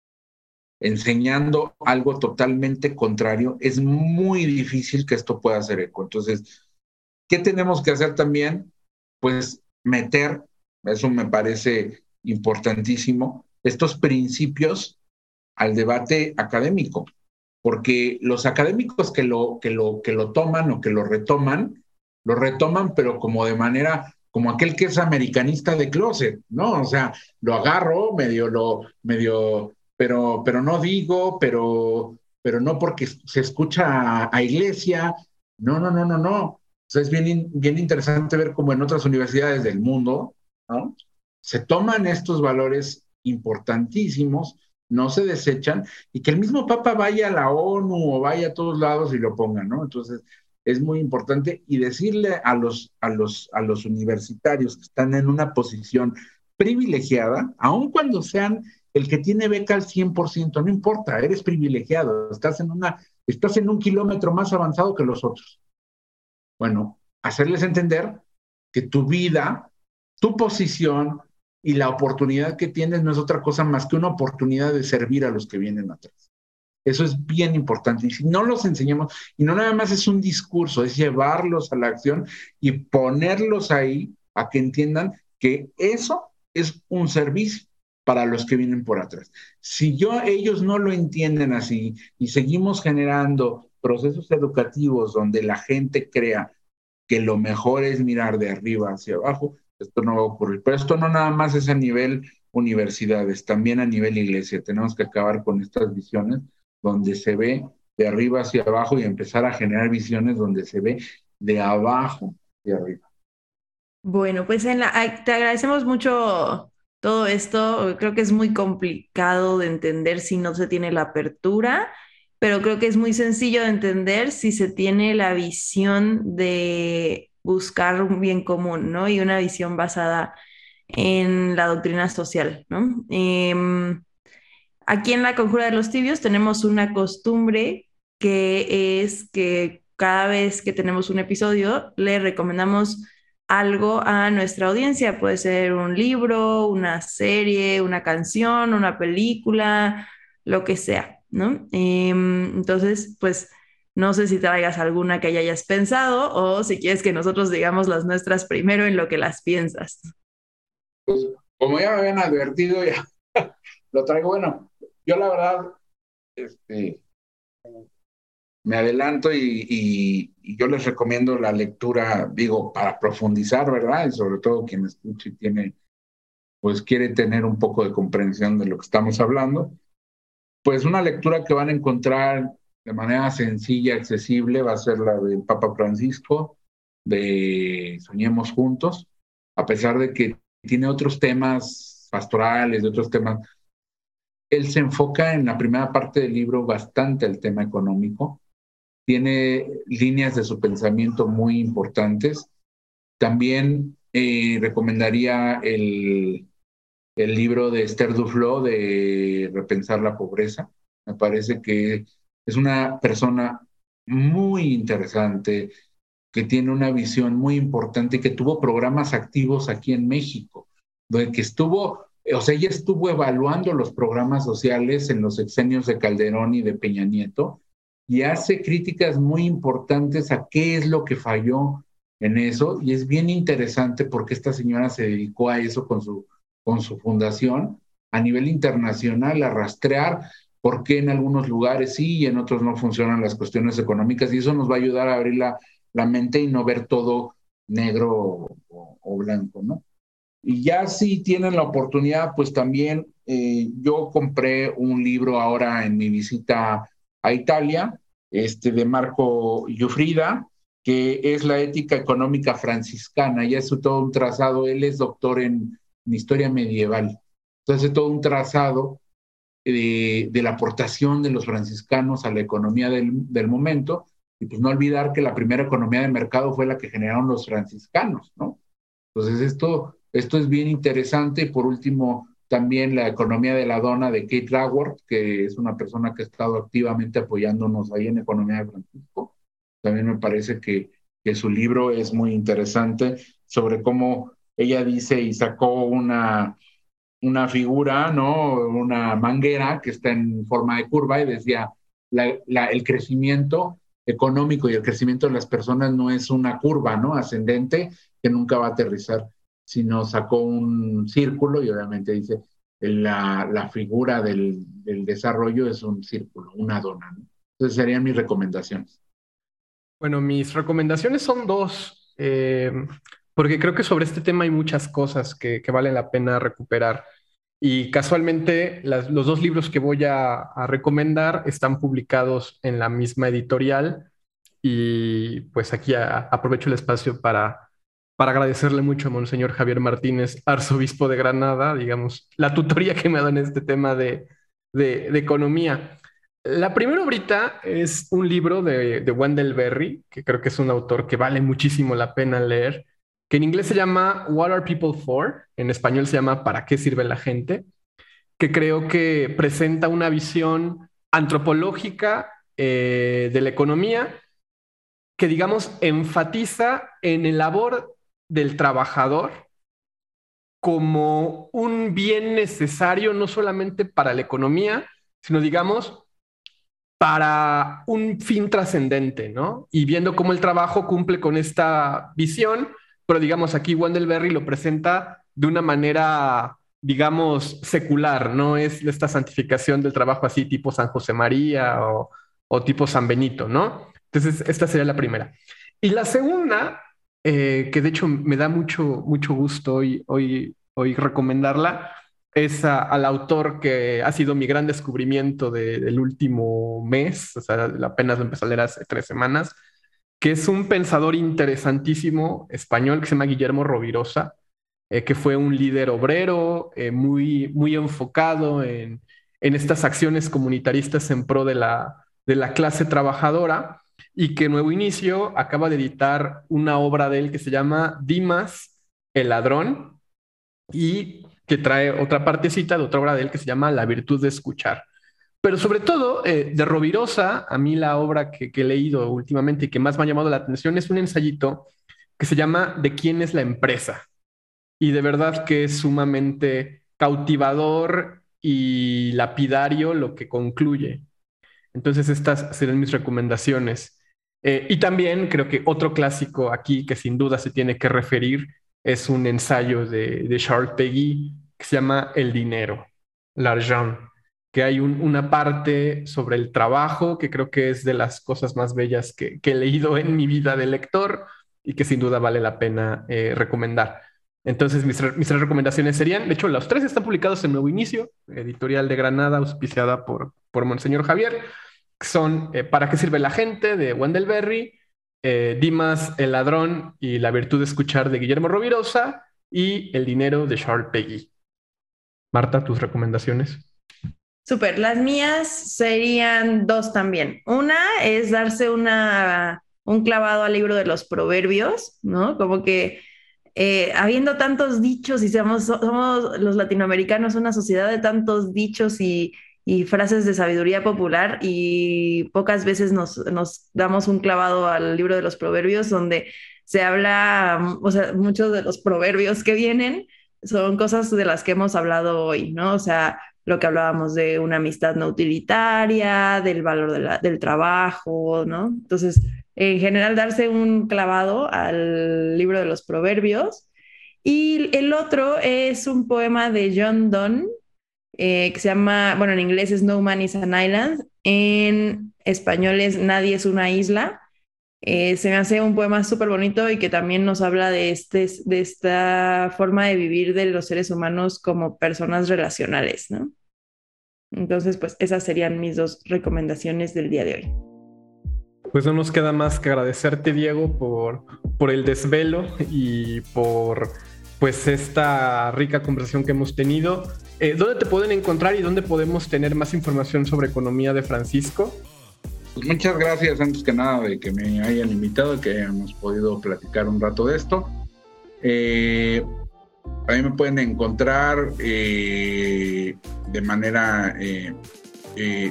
enseñando algo totalmente contrario, es muy difícil que esto pueda hacer eco. Entonces, ¿qué tenemos que hacer también? Pues meter, eso me parece importantísimo, estos principios al debate académico, porque los académicos que lo, que lo, que lo toman o que lo retoman, lo retoman pero como de manera, como aquel que es americanista de closet, ¿no? O sea, lo agarro, medio, lo, medio, pero, pero no digo, pero, pero no porque se escucha a, a iglesia. No, no, no, no, no. O sea, es bien, bien interesante ver cómo en otras universidades del mundo, ¿no?, se toman estos valores importantísimos, no se desechan, y que el mismo Papa vaya a la ONU o vaya a todos lados y lo ponga, ¿no? Entonces, es muy importante, y decirle a los, a los, a los universitarios que están en una posición privilegiada, aun cuando sean el que tiene beca al cien por ciento, no importa, eres privilegiado, estás en, una, estás en un kilómetro más avanzado que los otros. Bueno, hacerles entender que tu vida, tu posición y la oportunidad que tienes no es otra cosa más que una oportunidad de servir a los que vienen atrás. Eso es bien importante. Y si no los enseñamos, y no nada más es un discurso, es llevarlos a la acción y ponerlos ahí a que entiendan que eso es un servicio para los que vienen por atrás. Si yo, ellos no lo entienden así y seguimos generando procesos educativos donde la gente crea que lo mejor es mirar de arriba hacia abajo, esto no va a ocurrir. Pero esto no nada más es a nivel universidades, también a nivel iglesia. Tenemos que acabar con estas visiones donde se ve de arriba hacia abajo y empezar a generar visiones donde se ve de abajo hacia arriba. Bueno, pues en la, te agradecemos mucho todo esto. Creo que es muy complicado de entender si no se tiene la apertura, pero creo que es muy sencillo de entender si se tiene la visión de buscar un bien común, ¿no? Y una visión basada en la doctrina social, ¿no? Eh, aquí en la Conjura de los Tibios tenemos una costumbre que es que cada vez que tenemos un episodio le recomendamos algo a nuestra audiencia. Puede ser un libro, una serie, una canción, una película, lo que sea, ¿no? Eh, entonces, pues no sé si traigas alguna que ya hayas pensado o si quieres que nosotros digamos las nuestras primero en lo que las piensas. Pues como ya me habían advertido, ya lo traigo. Bueno, yo la verdad, este, me adelanto y, y, y yo les recomiendo la lectura, digo, para profundizar, ¿verdad? Y sobre todo quien escuche y tiene, pues quiere tener un poco de comprensión de lo que estamos hablando. Pues una lectura que van a encontrar de manera sencilla, accesible, va a ser la del Papa Francisco, de Soñemos Juntos, a pesar de que tiene otros temas pastorales, de otros temas. Él se enfoca en la primera parte del libro bastante al tema económico, tiene líneas de su pensamiento muy importantes. También eh, recomendaría el, el libro de Esther Duflo de Repensar la Pobreza. Me parece que es una persona muy interesante, que tiene una visión muy importante y que tuvo programas activos aquí en México, donde que estuvo, o sea, ella estuvo evaluando los programas sociales en los sexenios de Calderón y de Peña Nieto, y hace críticas muy importantes a qué es lo que falló en eso, y es bien interesante porque esta señora se dedicó a eso con su, con su fundación a nivel internacional, a rastrear por qué en algunos lugares sí y en otros no funcionan las cuestiones económicas, y eso nos va a ayudar a abrir la, la mente y no ver todo negro o, o blanco, ¿no? Y ya si tienen la oportunidad, pues también eh, yo compré un libro ahora en mi visita a Italia, este de Marco Giuffrida, que es la ética económica franciscana. Ya es todo un trazado. Él es doctor en, en historia medieval. Entonces, todo un trazado de, de la aportación de los franciscanos a la economía del, del momento. Y pues no olvidar que la primera economía de mercado fue la que generaron los franciscanos, ¿no? Entonces, esto, esto es bien interesante. Y por último, también la economía de la dona de Kate Raworth, que es una persona que ha estado activamente apoyándonos ahí en Economía de Francisco. También me parece que, que su libro es muy interesante sobre cómo ella dice y sacó una, una figura, ¿no? Una manguera que está en forma de curva y decía, la, la, el crecimiento económico y el crecimiento de las personas no es una curva, ¿no? Ascendente que nunca va a aterrizar, sino sacó un círculo y obviamente dice, la, la figura del, del desarrollo es un círculo, una dona, ¿no? Entonces serían mis recomendaciones. Bueno, mis recomendaciones son dos, eh, porque creo que sobre este tema hay muchas cosas que, que vale la pena recuperar. Y casualmente las, los dos libros que voy a, a recomendar están publicados en la misma editorial. Y pues aquí a, aprovecho el espacio para, para agradecerle mucho a Monseñor Javier Martínez, arzobispo de Granada, digamos, la tutoría que me ha dado en este tema de, de, de economía. La primera obrita es un libro de, de Wendell Berry, que creo que es un autor que vale muchísimo la pena leer, que en inglés se llama What Are People For? En español se llama ¿Para qué sirve la gente? Que creo que presenta una visión antropológica eh, de la economía que, digamos, enfatiza en el labor del trabajador como un bien necesario no solamente para la economía, sino, digamos, para un fin trascendente, ¿no? Y viendo cómo el trabajo cumple con esta visión, pero digamos aquí Wendell Berry lo presenta de una manera, digamos, secular, no es esta santificación del trabajo así tipo San José María o, o tipo San Benito, ¿no? Entonces, esta sería la primera. Y la segunda, eh, que de hecho me da mucho, mucho gusto hoy, hoy, hoy recomendarla, es a, al autor que ha sido mi gran descubrimiento de, del último mes, o sea, apenas lo empecé a leer hace tres semanas, que es un pensador interesantísimo español que se llama Guillermo Rovirosa, eh, que fue un líder obrero eh, muy, muy enfocado en, en estas acciones comunitaristas en pro de la, de la clase trabajadora, y que Nuevo Inicio acaba de editar una obra de él que se llama Dimas, el ladrón, y que trae otra partecita de otra obra de él que se llama La virtud de escuchar. Pero sobre todo, eh, de Rovirosa, a mí la obra que, que he leído últimamente y que más me ha llamado la atención es un ensayito que se llama ¿De quién es la empresa? Y de verdad que es sumamente cautivador y lapidario lo que concluye. Entonces estas serían mis recomendaciones. Eh, y también creo que otro clásico aquí que sin duda se tiene que referir es un ensayo de, de Charles Péguy que se llama El dinero, l'argent, que hay un, una parte sobre el trabajo que creo que es de las cosas más bellas que, que he leído en mi vida de lector y que sin duda vale la pena eh, recomendar. Entonces mis, mis tres recomendaciones serían, de hecho los tres están publicados en Nuevo Inicio, editorial de Granada, auspiciada por, por Monseñor Javier. Son eh, ¿Para qué sirve la gente? De Wendell Berry, eh, Dimas, el ladrón y La virtud de escuchar de Guillermo Rovirosa y El dinero de Charles Péguy. Marta, tus recomendaciones. Súper, las mías serían dos también. Una es darse una, un clavado al libro de los proverbios, ¿no? Como que eh, habiendo tantos dichos y somos, somos los latinoamericanos una sociedad de tantos dichos y y frases de sabiduría popular y pocas veces nos, nos damos un clavado al libro de los proverbios donde se habla, o sea, muchos de los proverbios que vienen son cosas de las que hemos hablado hoy, ¿no? O sea, lo que hablábamos de una amistad no utilitaria, del valor de la, del trabajo, ¿no? Entonces, en general, darse un clavado al libro de los proverbios. Y el otro es un poema de John Donne, Eh, que se llama, bueno, en inglés es No Man is an Island, en español es Nadie es una isla. Eh, se me hace un poema súper bonito y que también nos habla de, este, de esta forma de vivir de los seres humanos como personas relacionales, ¿no? Entonces, pues esas serían mis dos recomendaciones del día de hoy. Pues no nos queda más que agradecerte, Diego, por, por el desvelo y por pues esta rica conversación que hemos tenido. Eh, ¿Dónde te pueden encontrar y dónde podemos tener más información sobre economía de Francisco? Pues muchas gracias, antes que nada, de que me hayan invitado y que hayamos podido platicar un rato de esto. Eh, a mí me pueden encontrar eh, de manera eh, eh,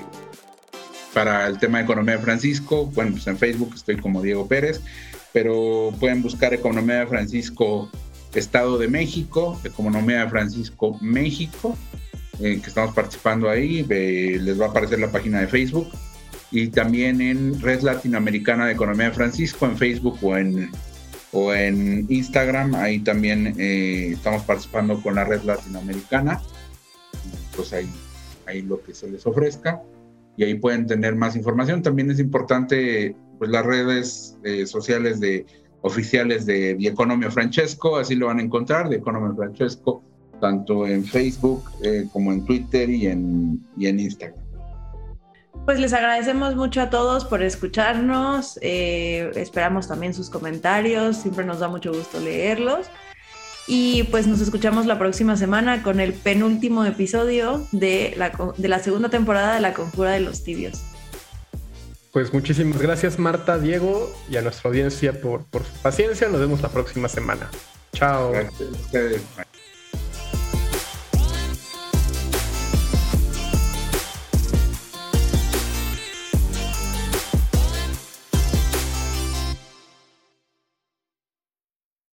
para el tema de economía de Francisco. Bueno, pues en Facebook estoy como Diego Pérez, pero pueden buscar economía de Francisco Estado de México, Economía de Francisco México, eh, que estamos participando ahí. Eh, les va a aparecer la página de Facebook, y también en Red Latinoamericana de Economía de Francisco en Facebook o en, o en Instagram. Ahí también eh, estamos participando con la Red Latinoamericana, pues ahí, ahí lo que se les ofrezca, y ahí pueden tener más información. También es importante pues las redes eh, sociales de oficiales de The Economio Francesco, así lo van a encontrar, The Economio Francesco, tanto en Facebook eh, como en Twitter y en, y en Instagram. Pues les agradecemos mucho a todos por escucharnos, eh, esperamos también sus comentarios, siempre nos da mucho gusto leerlos y pues nos escuchamos la próxima semana con el penúltimo episodio de la, de la segunda temporada de La Conjura de los Tibios. Pues muchísimas gracias Marta, Diego y a nuestra audiencia por, por su paciencia, nos vemos la próxima semana. Chao. Gracias a ustedes. Bye.